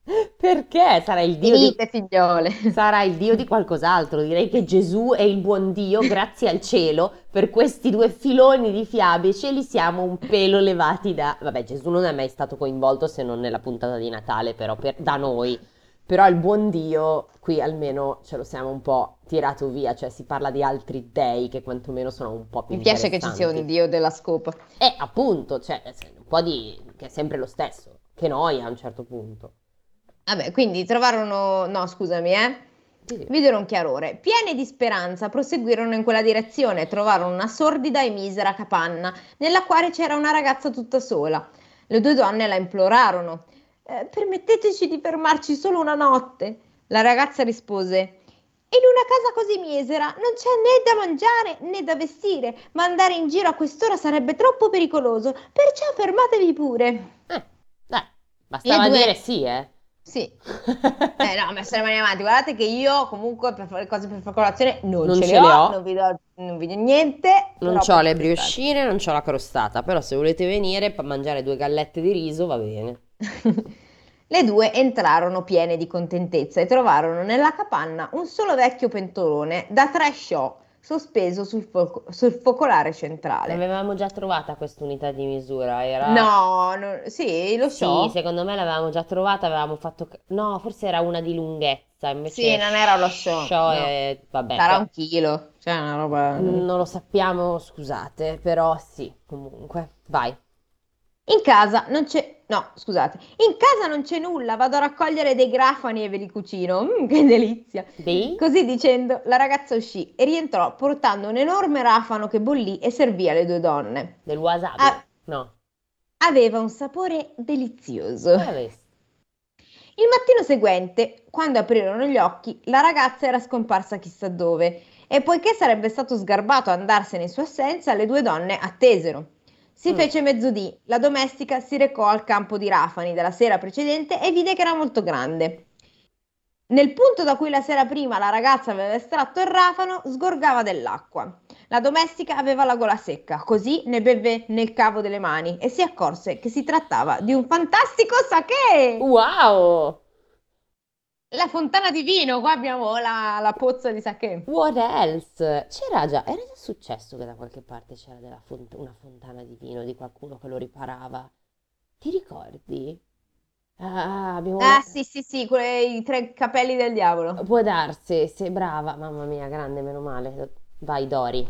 A: Perché? Sarà il dio di...
B: Finite, figliole.
A: Sarà il dio di qualcos'altro. Direi che Gesù è il buon Dio, grazie al cielo, per questi due filoni di fiabe ce li siamo un pelo levati da... Vabbè, Gesù non è mai stato coinvolto se non nella puntata di Natale, però per... da noi. Però il buon Dio, qui almeno ce lo siamo un po' tirato via, cioè si parla di altri dei che quantomeno sono un po' più
B: Mi piace che ci sia un
A: interessanti.
B: dio della scopa.
A: E appunto, cioè, un po' di... che è sempre lo stesso, che noia a un certo punto.
B: Vabbè, quindi trovarono, no, scusami, eh.
A: Sì, sì.
B: Videro un chiarore. Pieni di speranza, proseguirono in quella direzione e trovarono una sordida e misera capanna, nella quale c'era una ragazza tutta sola. Le due donne la implorarono. "Eh, permetteteci di fermarci solo una notte." La ragazza rispose: "In una casa così misera non c'è né da mangiare né da vestire, ma andare in giro a quest'ora sarebbe troppo pericoloso, perciò fermatevi pure."
A: Eh, dai,
B: Le
A: bastava
B: due
A: dire sì, eh.
B: Sì. Eh no, ho messo le mani avanti. Guardate che io comunque per fare cose per fare colazione non,
A: Non
B: ce
A: ce
B: le
A: le
B: ho,
A: ho.
B: non vi do, non vi do niente,
A: Non
B: però
A: c'ho le
B: potete stare.
A: briochine, non c'ho la crostata, però se volete venire per mangiare due gallette di riso va bene.
B: Le due entrarono piene di contentezza e trovarono nella capanna un solo vecchio pentolone da tre sciò sospeso sul, fo- sul focolare centrale.
A: L'avevamo già trovata quest'unità di misura, era...
B: No, no, sì, lo
A: Sì,
B: so.
A: secondo me l'avevamo già trovata, avevamo fatto... No, forse era una di lunghezza,
B: Sì,
A: invece
B: non era lo show,
A: sciò
B: no.
A: e... Vabbè,
B: Sarà
A: poi...
B: un chilo, cioè una roba.
A: Non lo sappiamo, scusate, però sì, comunque. Vai.
B: In casa non c'è. No, scusate. In casa non c'è nulla, vado a raccogliere dei grafani e ve li cucino. Mm, che delizia.
A: Dei?
B: Così dicendo, la ragazza uscì e rientrò portando un enorme rafano che bollì e servì alle due donne.
A: Del wasabi?
B: A-
A: No.
B: Aveva un sapore delizioso.
A: Ah, vedi.
B: Il mattino seguente, quando aprirono gli occhi, la ragazza era scomparsa chissà dove e poiché sarebbe stato sgarbato andarsene in sua assenza, le due donne attesero. Si
A: Mm.
B: fece mezzodì, la domestica si recò al campo di Rafani della sera precedente e vide che era molto grande. Nel punto da cui la sera prima la ragazza aveva estratto il rafano, sgorgava dell'acqua. La domestica aveva la gola secca, così ne bevve nel cavo delle mani e si accorse che si trattava di un fantastico sake!
A: Wow!
B: La fontana di vino, qua abbiamo la, la pozza di sake.
A: What else? C'era già, era già successo che da qualche parte c'era della font- una fontana di vino di qualcuno che lo riparava. Ti ricordi? Ah, abbiamo una...
B: Ah, sì, sì, sì, quei tre capelli del diavolo.
A: Può darsi, sei brava, mamma mia, grande, meno male. Vai, Dori.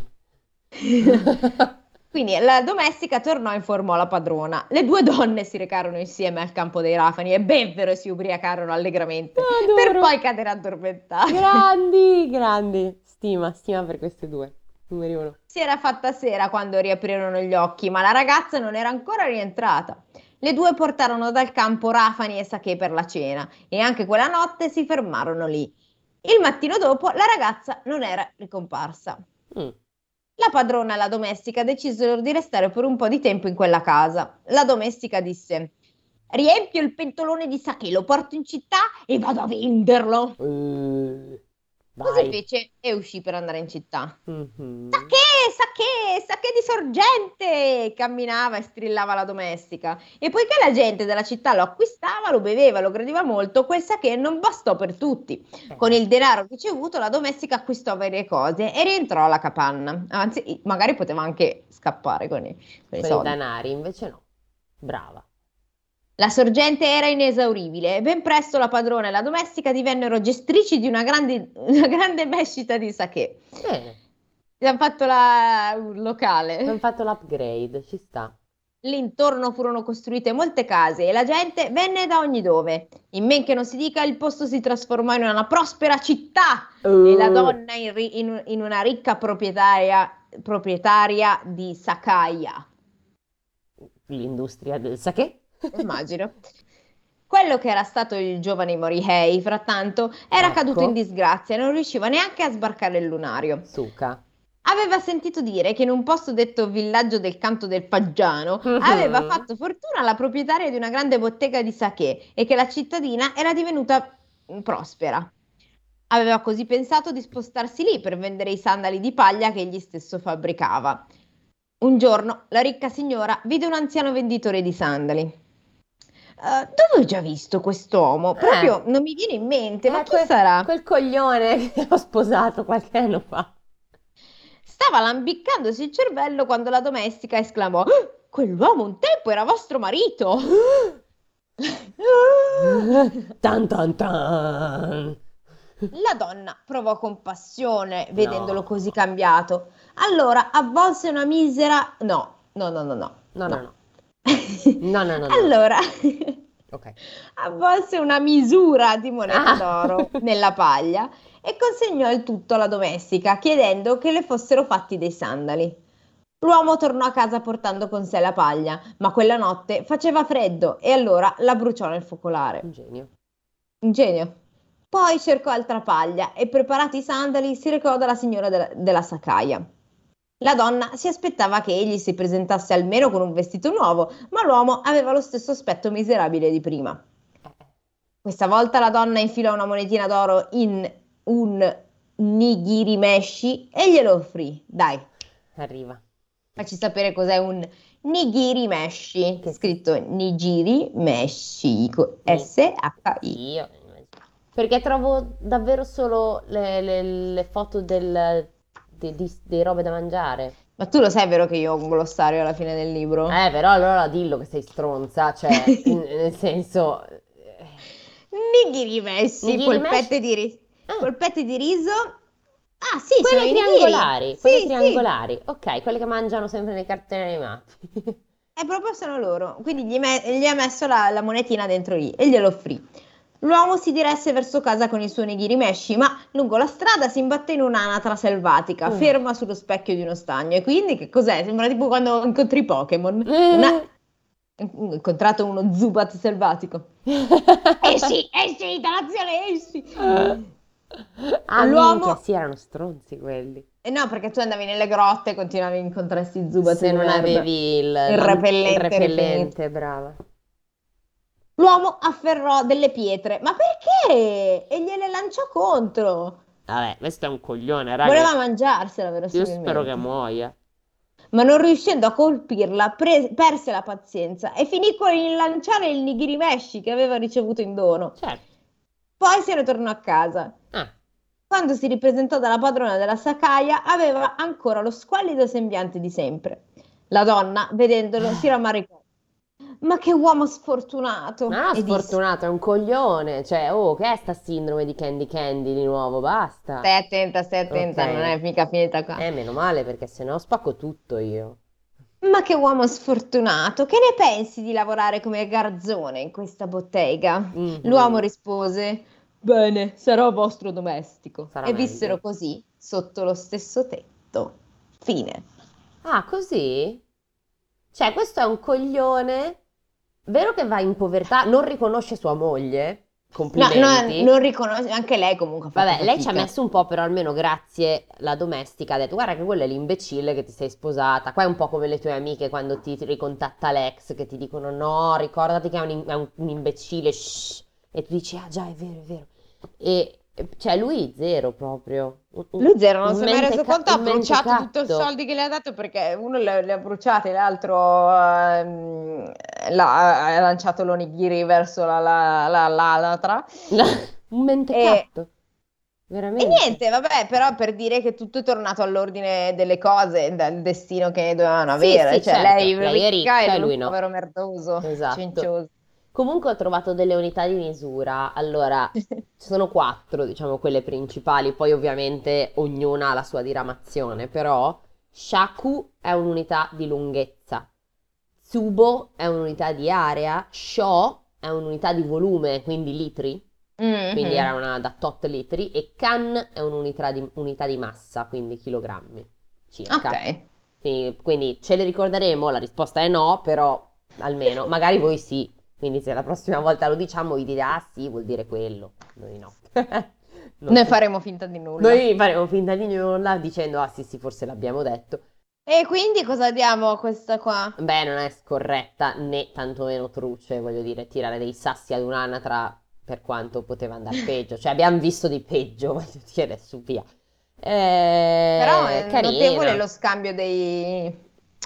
B: Quindi la domestica tornò e informò la padrona. Le due donne si recarono insieme al campo dei Rafani e bevvero e si ubriacarono allegramente, per
A: Adoro.
B: poi cadere addormentate.
A: Grandi, grandi. Stima, stima per queste due. Numeri uno.
B: Si era fatta sera quando riaprirono gli occhi, ma la ragazza non era ancora rientrata. Le due portarono dal campo rafani e sake per la cena e anche quella notte si fermarono lì. Il mattino dopo la ragazza non era ricomparsa.
A: Mm.
B: La padrona e la domestica decisero di restare per un po' di tempo in quella casa. La domestica disse: "Riempio il pentolone di sake, lo porto in città e vado a venderlo."
A: Uh,
B: Così
A: vai.
B: fece e uscì per andare in città.
A: Mhm.
B: Sake, sake, sake di sorgente! Camminava e strillava la domestica. E poiché la gente della città lo acquistava, lo beveva, lo gradeva molto, quel sake non bastò per tutti. Con il denaro ricevuto, la domestica acquistò varie cose e rientrò alla capanna. Anzi, magari poteva anche scappare con i, con i
A: Con i
B: soldi.
A: danari, invece no. Brava.
B: La sorgente era inesauribile e ben presto la padrona e la domestica divennero gestrici di una grande, una grande mescita di sake.
A: Bene,
B: Abbiamo fatto la, un
A: abbiamo
B: locale.
A: fatto l'upgrade, ci sta.
B: Lì intorno furono costruite molte case e la gente venne da ogni dove. In men che non si dica, il posto si trasformò in una prospera città e la
A: Uh,
B: donna in, ri- in- in una ricca proprietaria, proprietaria di Sakaya.
A: l'industria del sake.
B: Immagino. Quello che era stato il giovane Morihei, frattanto, era caduto in
A: Ecco,
B: disgrazia e non riusciva neanche a sbarcare il lunario.
A: suca.
B: Aveva sentito dire che in un posto detto Villaggio del Canto del Faggiano aveva
A: Mhm.
B: fatto fortuna la proprietaria di una grande bottega di sake e che la cittadina era divenuta mm, prospera. Aveva così pensato di spostarsi lì per vendere i sandali di paglia che egli stesso fabbricava. Un giorno la ricca signora vide un anziano venditore di sandali. "Eh, dove ho già visto quest'uomo?
A: Eh,
B: Proprio non mi viene in mente, ma
A: eh,
B: chi
A: que-
B: sarà?"
A: quel coglione che ho sposato qualche anno fa.
B: Stava lambiccandosi il cervello quando la domestica esclamò: "Ah, quell'uomo un tempo era vostro marito!"
A: Tan tan tan.
B: La donna provò compassione vedendolo
A: No,
B: così cambiato. Allora avvolse una misera... No, no, no, no, no,
A: no, no,
B: no.
A: no, no, no, no, no.
B: Allora
A: Ok.
B: avvolse una misura di monete
A: Ah!
B: d'oro nella paglia e consegnò il tutto alla domestica, chiedendo che le fossero fatti dei sandali. L'uomo tornò a casa portando con sé la paglia, ma quella notte faceva freddo e allora la bruciò nel focolare.
A: Un genio.
B: Un genio. Poi cercò altra paglia e, preparati i sandali, si recò dalla signora della, della Saccaia. La donna si aspettava che egli si presentasse almeno con un vestito nuovo, ma l'uomo aveva lo stesso aspetto miserabile di prima. Questa volta la donna infilò una monetina d'oro in un nigirimeshi e glielo offrì. Dai,
A: Arriva.
B: facci sapere cos'è un nigirimeshi,
A: Che si...
B: scritto nigirimeshi,
A: Ni...
B: S H I.
A: Io... Perché trovo davvero solo le, le- le foto del, di, di- di robe da mangiare.
B: Ma tu lo sai, vero, che io ho un glossario alla fine del libro?
A: Eh, però allora dillo che sei stronza, cioè, in- nel senso... eh,
B: Nigiri messi,
A: Nigiri mesh?
B: polpette di riso.
A: Ah,
B: Polpette di riso. Ah, sì, sono
A: quelle
B: i nigiri.
A: triangolari, quelle
B: Sì, sì,
A: triangolari. Ok, quelle che mangiano sempre nei cartoni animati.
B: è proprio sono loro. Quindi gli, me- gli ha messo la, la monetina dentro lì e glielo offrì. L'uomo si diresse verso casa con il suo nigiri meshi, ma lungo la strada si imbatté in un'anatra selvatica,
A: Mm.
B: ferma sullo specchio di uno stagno. E quindi che cos'è? Sembra tipo quando incontri i Pokémon. Una...
A: Eh.
B: Ho incontrato uno Zubat selvatico. Esci, esci, dall'azione, esci!
A: Ah, minchia,
B: L'uomo...
A: sì, erano stronzi quelli.
B: Eh no, perché tu andavi nelle grotte e continuavi a incontrare questi Zubat
A: Se
B: di
A: non
B: merda.
A: avevi il,
B: Il
A: la- il
B: repellente rifinito.
A: repellente, brava.
B: L'uomo afferrò delle pietre. Ma perché? E gliele lanciò contro.
A: Vabbè, questo è un coglione, raga.
B: Voleva mangiarsela,
A: Io spero che
B: verosimilmente.
A: muoia.
B: Ma non riuscendo a colpirla, pre- perse la pazienza e finì con il lanciare il nigiri meshi che aveva ricevuto in dono.
A: Certo.
B: Poi se ne tornò a casa.
A: Ah,
B: Quando si ripresentò dalla padrona della Saccaia, aveva ancora lo squallido sembiante di sempre. La donna, vedendolo, si rammaricò. Ma che uomo
A: ma
B: sfortunato!
A: no,
B: E disse:
A: sfortunato, è un coglione. Cioè, oh, che è sta sindrome di Candy Candy di nuovo? Basta.
B: Stai attenta, stai
A: Ok.
B: attenta, non è mica finita qua.
A: Eh, meno male, perché sennò spacco tutto io.
B: Ma che uomo sfortunato! Che ne pensi di lavorare come garzone in questa bottega? L'uomo
A: Mhm.
B: rispose: Bene, sarò vostro domestico.
A: Sarà
B: E vissero
A: meglio.
B: così sotto lo stesso tetto. Fine.
A: Ah, così? Cioè, questo è un coglione. Vero che va in povertà, non riconosce sua moglie.
B: No, no,
A: Complimenti.
B: non riconosce, anche lei comunque ha fatto
A: Vabbè, lei ci ha
B: fatica.
A: messo un po', però almeno grazie la domestica ha detto guarda che quello è l'imbecille che ti sei sposata. Qua è un po' come le tue amiche quando ti, ti ricontatta l'ex che ti dicono no, ricordati che è un, im- è un- un imbecille, shh. E tu dici ah già, è vero, è vero. E e- cioè lui zero proprio. Un, un-
B: Lui zero, non
A: un
B: si è mai reso
A: menteca-
B: conto, ha
A: un
B: bruciato tutti i
A: mentecatto.
B: soldi che le ha dato perché uno le, le ha bruciati, l'altro ehm, l'ha- ha lanciato l'onigiri verso la, la, la- l'anatra.
A: Un
B: E,
A: mentecatto,
B: e
A: veramente.
B: niente, vabbè, però per dire che tutto è tornato all'ordine delle cose, dal destino che dovevano
A: Sì,
B: avere.
A: sì,
B: Cioè,
A: certo,
B: lei
A: lei è
B: ricca e
A: ricca e
B: lui un
A: lui no.
B: povero merdoso,
A: Esatto.
B: cencioso.
A: Comunque ho trovato delle unità di misura. Allora, ci sono quattro, diciamo, quelle principali, poi ovviamente ognuna ha la sua diramazione, però Shaku è un'unità di lunghezza, Tsubo è un'unità di area, Sho è un'unità di volume, quindi litri, quindi era
B: Mhm.
A: una da tot litri, e Kan è un'unità di, unità di massa, quindi chilogrammi
B: Ok.
A: circa. Quindi, quindi ce le ricorderemo? La risposta è no, però almeno, magari voi sì. Quindi se la prossima volta lo diciamo, vi dite ah sì, vuol dire quello. Noi no. Non
B: Noi
A: so.
B: faremo finta di nulla.
A: Noi faremo finta di nulla dicendo ah sì sì, forse l'abbiamo detto.
B: E quindi cosa diamo a questa qua?
A: Beh, non è scorretta né tantomeno truce, voglio dire, tirare dei sassi ad un'anatra per quanto poteva andare peggio. Cioè abbiamo visto di peggio, voglio dire, su via.
B: Però
A: Eh,
B: è notevole
A: carina.
B: lo scambio dei,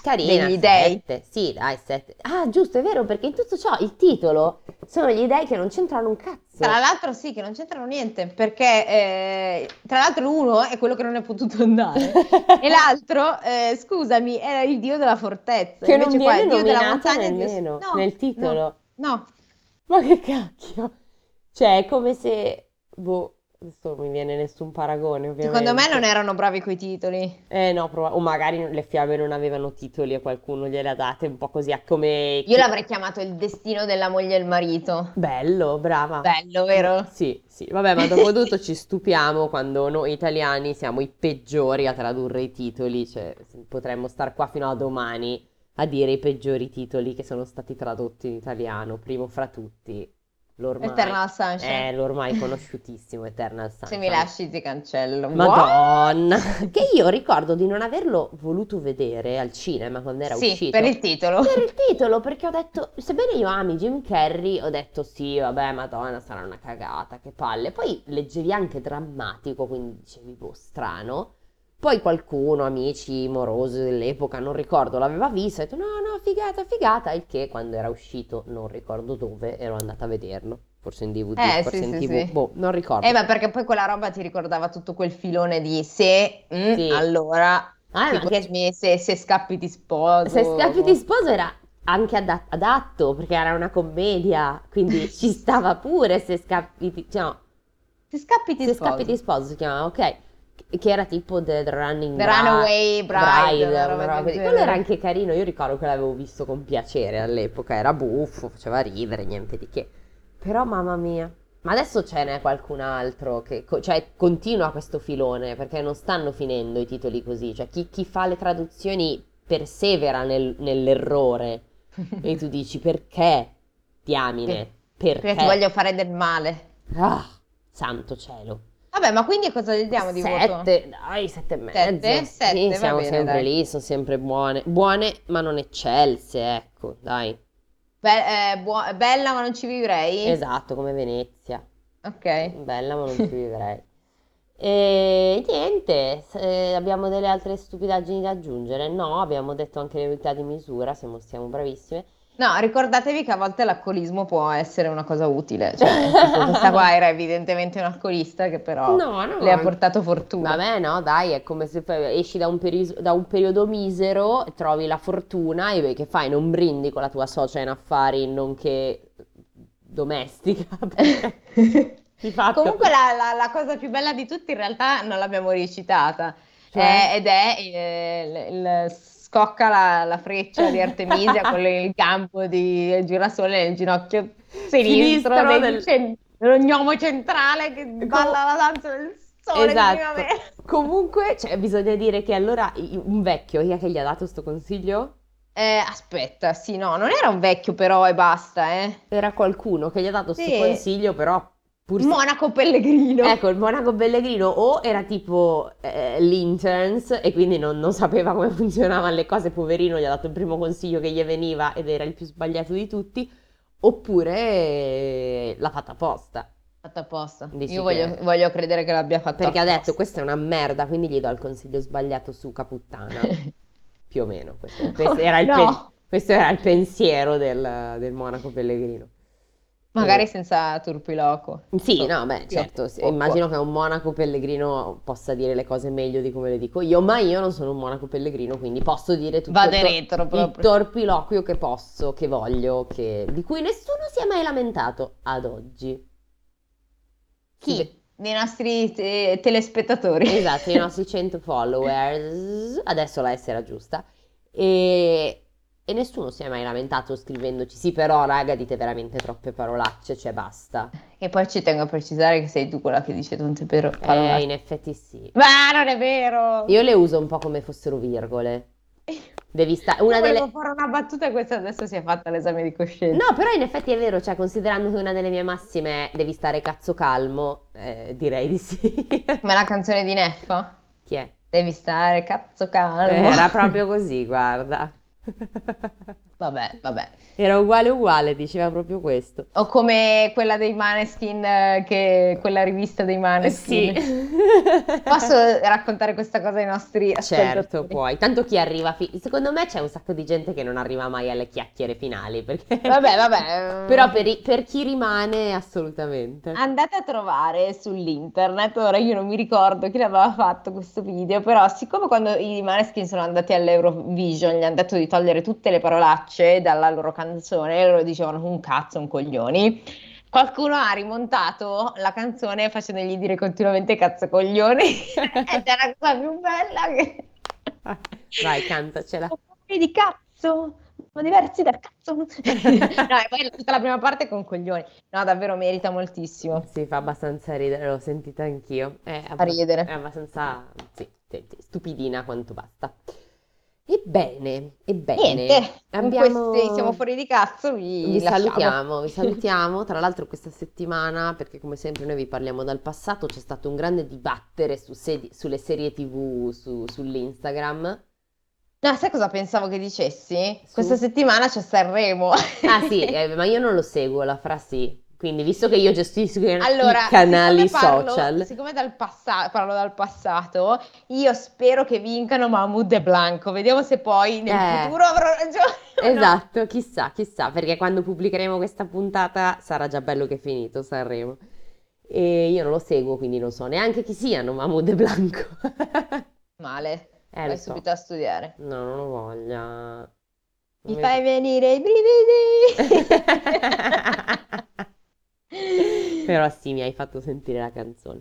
A: carina,
B: degli dei.
A: sette, sì, dai, sette. Ah, giusto, è vero, perché in tutto ciò il titolo sono gli dei che non c'entrano un
B: Tra
A: cazzo.
B: l'altro sì, che non c'entrano niente, perché eh, tra l'altro uno è quello che non è potuto andare e l'altro, eh, scusami, era il dio della fortezza.
A: Che non
B: Invece qua è
A: viene
B: il dio della
A: nominato
B: montagna e dio...
A: nemmeno
B: No,
A: nel
B: no,
A: titolo.
B: no.
A: Ma che cacchio? Cioè, è come se... Boh, adesso non mi viene nessun paragone,
B: Secondo me non
A: ovviamente.
B: erano bravi coi titoli.
A: Eh no, proba- o magari le fiabe non avevano titoli e qualcuno gliele ha date un po' così, a come...
B: Io
A: che-
B: l'avrei chiamato il destino della moglie e il marito.
A: Bello, brava.
B: Bello,
A: Mm,
B: vero?
A: sì, sì, vabbè, ma dopo tutto ci stupiamo quando noi italiani siamo i peggiori a tradurre i titoli, cioè potremmo star qua fino a domani a dire i peggiori titoli che sono stati tradotti in italiano, primo fra tutti, l'ormai,
B: Eternal
A: eh,
B: Sunshine.
A: l'ormai conosciutissimo Eternal
B: Se mi
A: Sunshine.
B: lasci ti cancello. What?
A: Madonna, che io ricordo di non averlo voluto vedere al cinema quando era
B: Sì, per
A: uscito.
B: il titolo.
A: Per il titolo, perché ho detto, sebbene io ami Jim Carrey, ho detto sì, vabbè, Madonna, sarà una cagata, che palle. Poi leggevi anche drammatico, quindi dicevi, boh, strano. Poi qualcuno, amici morosi dell'epoca, non ricordo, l'aveva visto e ha detto, no, no, figata, figata. Il che, quando era uscito, non ricordo dove, ero andata a vederlo. Forse in D V D,
B: Eh, sì,
A: forse in
B: sì,
A: T V,
B: sì.
A: boh, non
B: Eh,
A: ricordo.
B: ma perché poi quella roba ti ricordava tutto quel filone di se, mm,
A: Sì.
B: allora,
A: Ah, ma
B: tipo
A: che
B: se, se- se scappi ti
A: Se scappi di
B: sposo.
A: sposo era anche ada- adatto perché era una commedia, quindi ci stava pure se scappi di, cioè, no,
B: Se scappi ti
A: se scappi di
B: sposo.
A: sposo si chiamava, ok, che che era tipo The, The Running
B: The
A: Bri-
B: Runaway Bride,
A: Bride,
B: una
A: una
B: roba
A: roba
B: del
A: così. Quello era
B: genere.
A: anche carino, io ricordo che l'avevo visto con piacere all'epoca, era buffo, faceva ridere, niente di che. Però mamma mia, ma adesso ce n'è qualcun altro che, co- cioè, continua questo filone perché non stanno finendo i titoli così, cioè chi, chi fa le traduzioni persevera nel- nell'errore e tu dici perché, diamine,
B: Perché ti
A: perché?
B: voglio fare del male.
A: Ah, santo cielo.
B: Vabbè, ma quindi cosa gli diamo di voto?
A: Sette, dai, sette e mezzo.
B: Sette?
A: Sì,
B: Sette, va
A: siamo
B: bene,
A: sempre
B: dai.
A: lì, sono sempre buone. Buone, ma non eccelse, ecco, dai.
B: Be- eh, buo- bella, ma non ci vivrei?
A: Esatto, come Venezia.
B: Ok.
A: Bella, ma non ci vivrei. E niente, se abbiamo delle altre stupidaggini da aggiungere? No, abbiamo detto anche le unità di misura, siamo, siamo bravissime.
B: No, ricordatevi che a volte l'alcolismo può essere una cosa utile, cioè, tipo, questa qua era evidentemente un alcolista che però
A: No,
B: le ha
A: no.
B: portato fortuna.
A: Vabbè, no, dai, è come se fai- esci da un, peri- da un periodo misero, trovi la fortuna e che fai? Non brindi con la tua socia in affari, nonché domestica, perché di fatto...
B: Comunque la, la- la cosa più bella di tutti in realtà non l'abbiamo recitata,
A: Cioè,
B: eh, ed è eh, il, il- scocca la, la freccia di Artemisia con il campo di girasole nel ginocchio sinistro
A: sinistro
B: del,
A: del...
B: cen- dello gnomo centrale che
A: co-
B: balla la danza del sole di
A: Esatto.
B: primavera.
A: Comunque, cioè, bisogna dire che allora i- un vecchio, chi è che gli ha dato sto consiglio?
B: Eh, aspetta, sì, no, non era un vecchio però e basta, eh.
A: Era qualcuno che gli ha dato sto
B: Sì,
A: consiglio, però pur se-
B: Monaco Pellegrino.
A: Ecco, il monaco pellegrino o era tipo eh, l'interns e quindi non, non sapeva come funzionavano le cose, poverino, gli ha dato il primo consiglio che gli veniva ed era il più sbagliato di tutti, oppure eh, l'ha fatta apposta.
B: Fatto apposta.
A: Dici
B: Io voglio,
A: che...
B: voglio credere che l'abbia fatto
A: Perché ha detto
B: apposta.
A: questa è una merda, quindi gli do il consiglio sbagliato su Caputtana. Più o meno, questo, questo era il, pen-
B: No,
A: questo era il pensiero del, del monaco pellegrino.
B: magari
A: E-
B: senza turpiloquo.
A: Sì,
B: So,
A: no, beh,
B: io
A: certo, sì,
B: poco.
A: immagino che un monaco pellegrino possa dire le cose meglio di come le dico io, ma io non sono un monaco pellegrino, quindi posso dire tutto il,
B: Vade
A: to-
B: retro
A: il
B: proprio.
A: torpiloquio che posso, che voglio, che- di cui nessuno si è mai lamentato ad oggi. Si ve-
B: Chi? Dei nostri te- telespettatori.
A: Esatto, i nostri cento followers, adesso la S era giusta, e, e nessuno si è mai lamentato scrivendoci, sì però raga dite veramente troppe parolacce, cioè basta.
B: E poi ci tengo a precisare che sei tu quella che dice tante pero-
A: Eh, in
B: parolacce.
A: effetti sì.
B: Ma non è vero!
A: Io le uso un po' come fossero virgole. Devi stare, una
B: Io volevo
A: delle...
B: fare una battuta e questa adesso si è fatta l'esame di coscienza.
A: No, però in effetti è vero, cioè considerando che una delle mie massime è devi stare cazzo calmo, eh, direi di sì.
B: Ma la canzone di Neffa?
A: Chi è?
B: Devi stare cazzo calmo.
A: Era proprio così, guarda.
B: Vabbè, vabbè.
A: Era uguale uguale, diceva proprio questo.
B: O come quella dei Maneskin, eh, che quella rivista dei
A: Eh, Sì.
B: Maneskin. Posso raccontare questa cosa ai nostri
A: Certo,
B: ascoltatori?
A: puoi. Tanto chi arriva, fi- secondo me c'è un sacco di gente che non arriva mai alle chiacchiere finali, perché...
B: Vabbè, vabbè.
A: Però
B: eh,
A: per, i- per chi rimane, assolutamente.
B: Andate a trovare sull'internet, ora io non mi ricordo chi l'aveva fatto questo video, però siccome quando i Maneskin sono andati all'Eurovision gli hanno detto di togliere tutte le parolacce dalla loro canzone, e loro dicevano un cazzo, un coglioni, qualcuno ha rimontato la canzone facendogli dire continuamente cazzo coglioni ed è la cosa più bella che...
A: Vai, cantacela.
B: Sono fuori di cazzo, sono diversi dal cazzo. No, e poi tutta la prima parte con coglioni. No, davvero merita moltissimo.
A: Si fa abbastanza ridere, l'ho sentita anch'io. È,
B: A
A: abba- è
B: ridere.
A: abbastanza, sì, sì, sì, stupidina quanto basta. Ebbene, ebbene,
B: Niente, con questi siamo
A: abbiamo...
B: fuori di cazzo, vi
A: Vi
B: lasciamo.
A: salutiamo, vi salutiamo. Tra l'altro questa settimana, perché come sempre noi vi parliamo dal passato, c'è stato un grande dibattere su sedi- sulle serie T V su- sull'Instagram.
B: No, sai cosa pensavo che dicessi? Questa
A: Su?
B: settimana c'è Sanremo.
A: Ah sì, eh, ma io non lo seguo, la Fra sì. Quindi visto che io gestisco i
B: Allora,
A: canali
B: siccome parlo,
A: social,
B: siccome dal passa- parlo dal passato, io spero che vincano Mahmood e Blanco. Vediamo se poi nel
A: eh,
B: futuro avrò ragione o no.
A: esatto, chissà, chissà, perché quando pubblicheremo questa puntata sarà già bello che è finito Sanremo. E io non lo seguo, quindi non so neanche chi siano Mahmood e Blanco.
B: Male,
A: Eh, lo
B: vai
A: so.
B: subito a studiare.
A: No, non ho voglia. Non
B: Mi
A: mi-
B: fai venire i brividi.
A: Però sì, mi hai fatto sentire la canzone.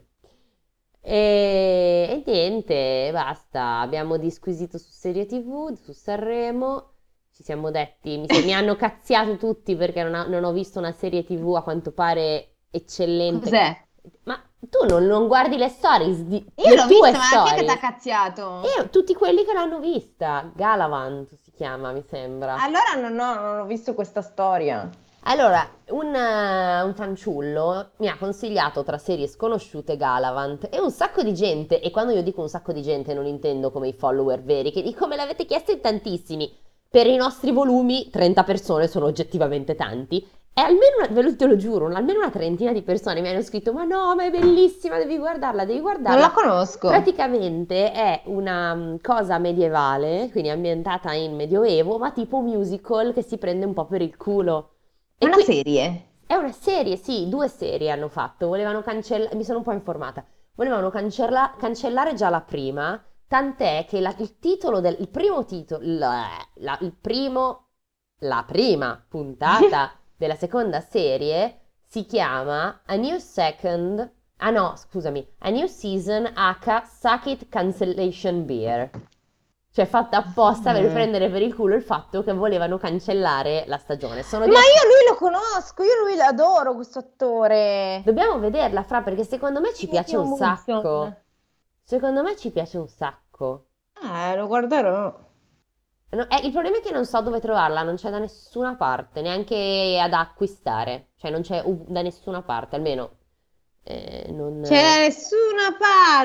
A: E, e niente, basta. Abbiamo disquisito su serie T V, su Sanremo. Ci siamo detti, mi, mi hanno cazziato tutti perché non, ha- non ho visto una serie T V a quanto pare eccellente.
B: Cos'è?
A: Ma tu non, non guardi le stories, di,
B: Io
A: le
B: l'ho
A: tue
B: vista, ma chi è che ti ha
A: stories.
B: cazziato?
A: E tutti quelli che l'hanno vista. Galavant si chiama, mi sembra.
B: Allora non ho, non ho visto questa storia.
A: Allora, un, eh, un fanciullo mi ha consigliato tra serie sconosciute Galavant e un sacco di gente, e quando io dico un sacco di gente non intendo come i follower veri, che dico me l'avete chiesto in tantissimi. Per i nostri volumi trenta persone sono oggettivamente tanti. E almeno, una, ve lo, te lo giuro, almeno una trentina di persone mi hanno scritto ma no, ma è bellissima, devi guardarla, devi
B: Non
A: guardarla.
B: la conosco.
A: Praticamente è una mm, cosa medievale, quindi ambientata in Medioevo, ma tipo musical che si prende un po' per il culo.
B: È
A: E
B: una
A: qui
B: serie.
A: è una serie, sì, due serie hanno fatto, volevano cancellare, mi sono un po' informata, volevano cancella- cancellare già la prima, tant'è che la- il titolo del, il primo titolo, la, la- il primo, la prima puntata della seconda serie si chiama A New Second, ah no, scusami, A New Season H Suck It Cancellation Beer. Cioè fatta apposta per
B: Mm.
A: prendere per il culo il fatto che volevano cancellare la stagione. Sono
B: Ma
A: dieci...
B: io lui lo conosco, io lui l'adoro, questo attore.
A: Dobbiamo vederla, Fra, perché secondo me ci piace
B: Timothy
A: un
B: Omundson.
A: sacco. Secondo me ci piace un sacco.
B: Eh, lo guarderò.
A: No, eh, il problema è che non so dove trovarla, non c'è da nessuna parte, neanche ad acquistare. Cioè non c'è uh, da nessuna parte, almeno eh, non...
B: C'è da nessuna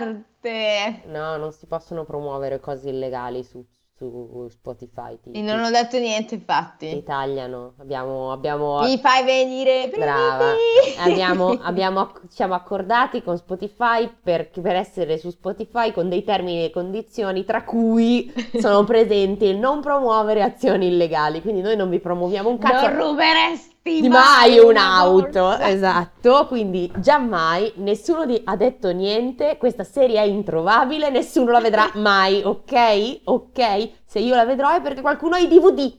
B: parte.
A: No, non si possono promuovere cose illegali su, su Spotify. Ti,
B: E
A: ti-
B: non ho detto niente,
A: ti
B: infatti.
A: tagliano. Abbiamo, abbiamo
B: Mi fai venire i
A: Brava.
B: brividi.
A: Abbiamo, abbiamo acc- ci siamo accordati con Spotify per, per essere su Spotify con dei termini e condizioni, tra cui sono presenti il non promuovere azioni illegali. Quindi noi non vi promuoviamo un cazzo
B: Non ruberesti
A: di
B: mai
A: mai
B: una
A: un'auto.
B: borsa.
A: Esatto. Quindi giammai nessuno di- ha detto niente. Questa serie è introvabile, nessuno la vedrà mai. Ok? Ok? Se io la vedrò è perché qualcuno ha i D V D.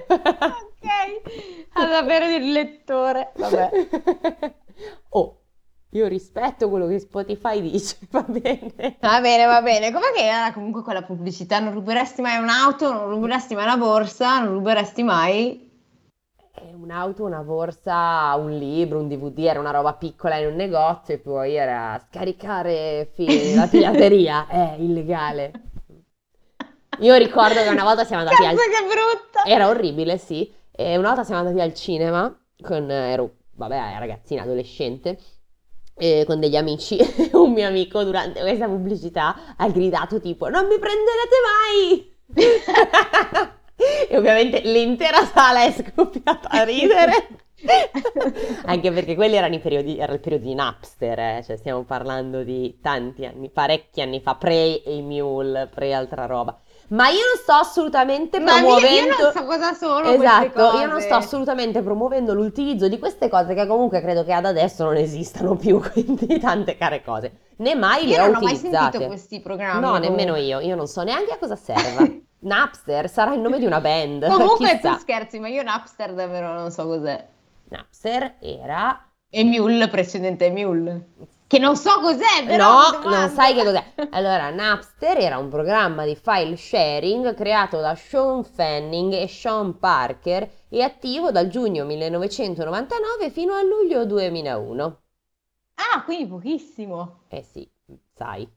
B: Ok, ad avere il lettore. Vabbè.
A: Oh, io rispetto quello che Spotify dice, va bene.
B: Va bene, va bene. Com'è che era comunque quella pubblicità? Non ruberesti mai un'auto, non ruberesti mai una borsa, non ruberesti mai...
A: È un'auto, una borsa, un libro, un D V D, era una roba piccola in un negozio e poi era scaricare fi- la pirateria, è illegale. Io ricordo che una volta siamo andati al...
B: Cazzo, che brutta!
A: Era orribile, sì. E una volta siamo andati al cinema con... Ero, vabbè, ragazzina, adolescente, e con degli amici. E un mio amico durante questa pubblicità ha gridato tipo non mi prenderete mai! E ovviamente l'intera sala è scoppiata a ridere. Anche perché quelli erano i periodi, era il periodo di Napster, eh, cioè stiamo parlando di tanti anni, parecchi anni fa, pre-Emule, pre-altra roba. Ma io non sto assolutamente
B: Ma io, io
A: promuovendo...
B: non so cosa sono queste
A: Esatto, io non
B: cose.
A: sto assolutamente promuovendo l'utilizzo di queste cose che comunque credo che ad adesso non esistano più, quindi tante care cose. Né mai le
B: Io
A: ho
B: non ho mai sentito
A: utilizzate.
B: questi programmi.
A: No, nemmeno
B: comunque.
A: io, io non so neanche a cosa serva. Napster sarà il nome di una band,
B: Comunque tu
A: chissà.
B: scherzi, ma io Napster davvero non so cos'è.
A: Napster era...
B: Emule, precedente Emule. Che non so cos'è, però
A: No,
B: mi
A: non
B: domando.
A: sai che cos'è. Allora, Napster era un programma di file sharing creato da Sean Fanning e Sean Parker e attivo dal giugno millenovecentonovantanove fino a luglio duemilauno.
B: Ah, quindi pochissimo.
A: Eh sì, sai.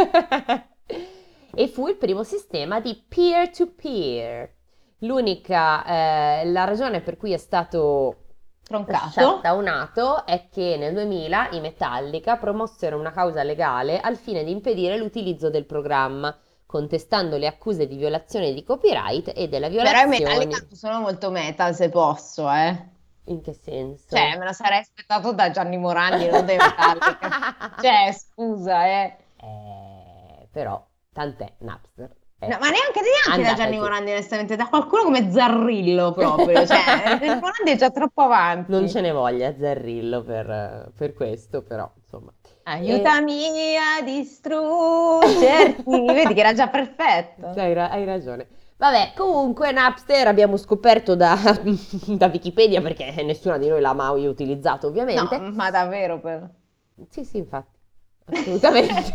A: E fu il primo sistema di peer-to-peer. L'unica, eh, la ragione per cui è stato
B: Troncato.
A: shutdownato è che nel duemila i Metallica promossero una causa legale al fine di impedire l'utilizzo del programma, contestando le accuse di violazione di copyright e della
B: Però i
A: violazione...
B: Metallica non sono molto metal, se posso, eh.
A: In che senso?
B: Cioè, me lo sarei aspettato da Gianni Morandi, non dai Metallica. Cioè, scusa, eh.
A: Eh, però, tant'è, Napster. è
B: No, ma neanche, neanche da
A: andata
B: Gianni
A: giù.
B: Morandi, onestamente, da qualcuno come Zarrillo proprio. Cioè, Gianni Morandi è già troppo avanti.
A: Non ce ne voglia Zarrillo per, per questo, però, insomma.
B: Aiutami a distruggerti. Vedi che era già perfetto.
A: Hai, ra- hai ragione. Vabbè, comunque Napster abbiamo scoperto da, da Wikipedia perché nessuna di noi l'ha mai utilizzato, ovviamente.
B: No, ma davvero però.
A: Sì, sì, infatti, assolutamente.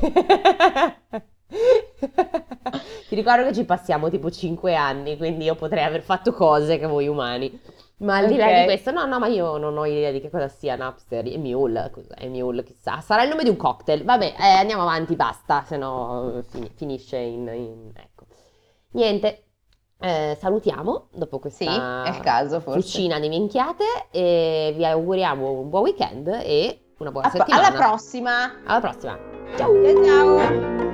A: Ti ricordo che ci passiamo tipo cinque anni, quindi io potrei aver fatto cose che voi umani. Ma al di là
B: Ok.
A: di questo, no, no, ma io non ho idea di che cosa sia Napster. Emule, cos'è Emule, chissà. Sarà il nome di un cocktail. Vabbè, eh, andiamo avanti, basta, se no fin- finisce in, in- Ecco. Niente, eh, salutiamo dopo
B: Sì,
A: questa
B: è il caso forse.
A: fucina di minchiate e vi auguriamo un buon weekend e una buona
B: A-
A: settimana.
B: alla prossima.
A: Alla prossima. Ciao!
B: Ciao ciao.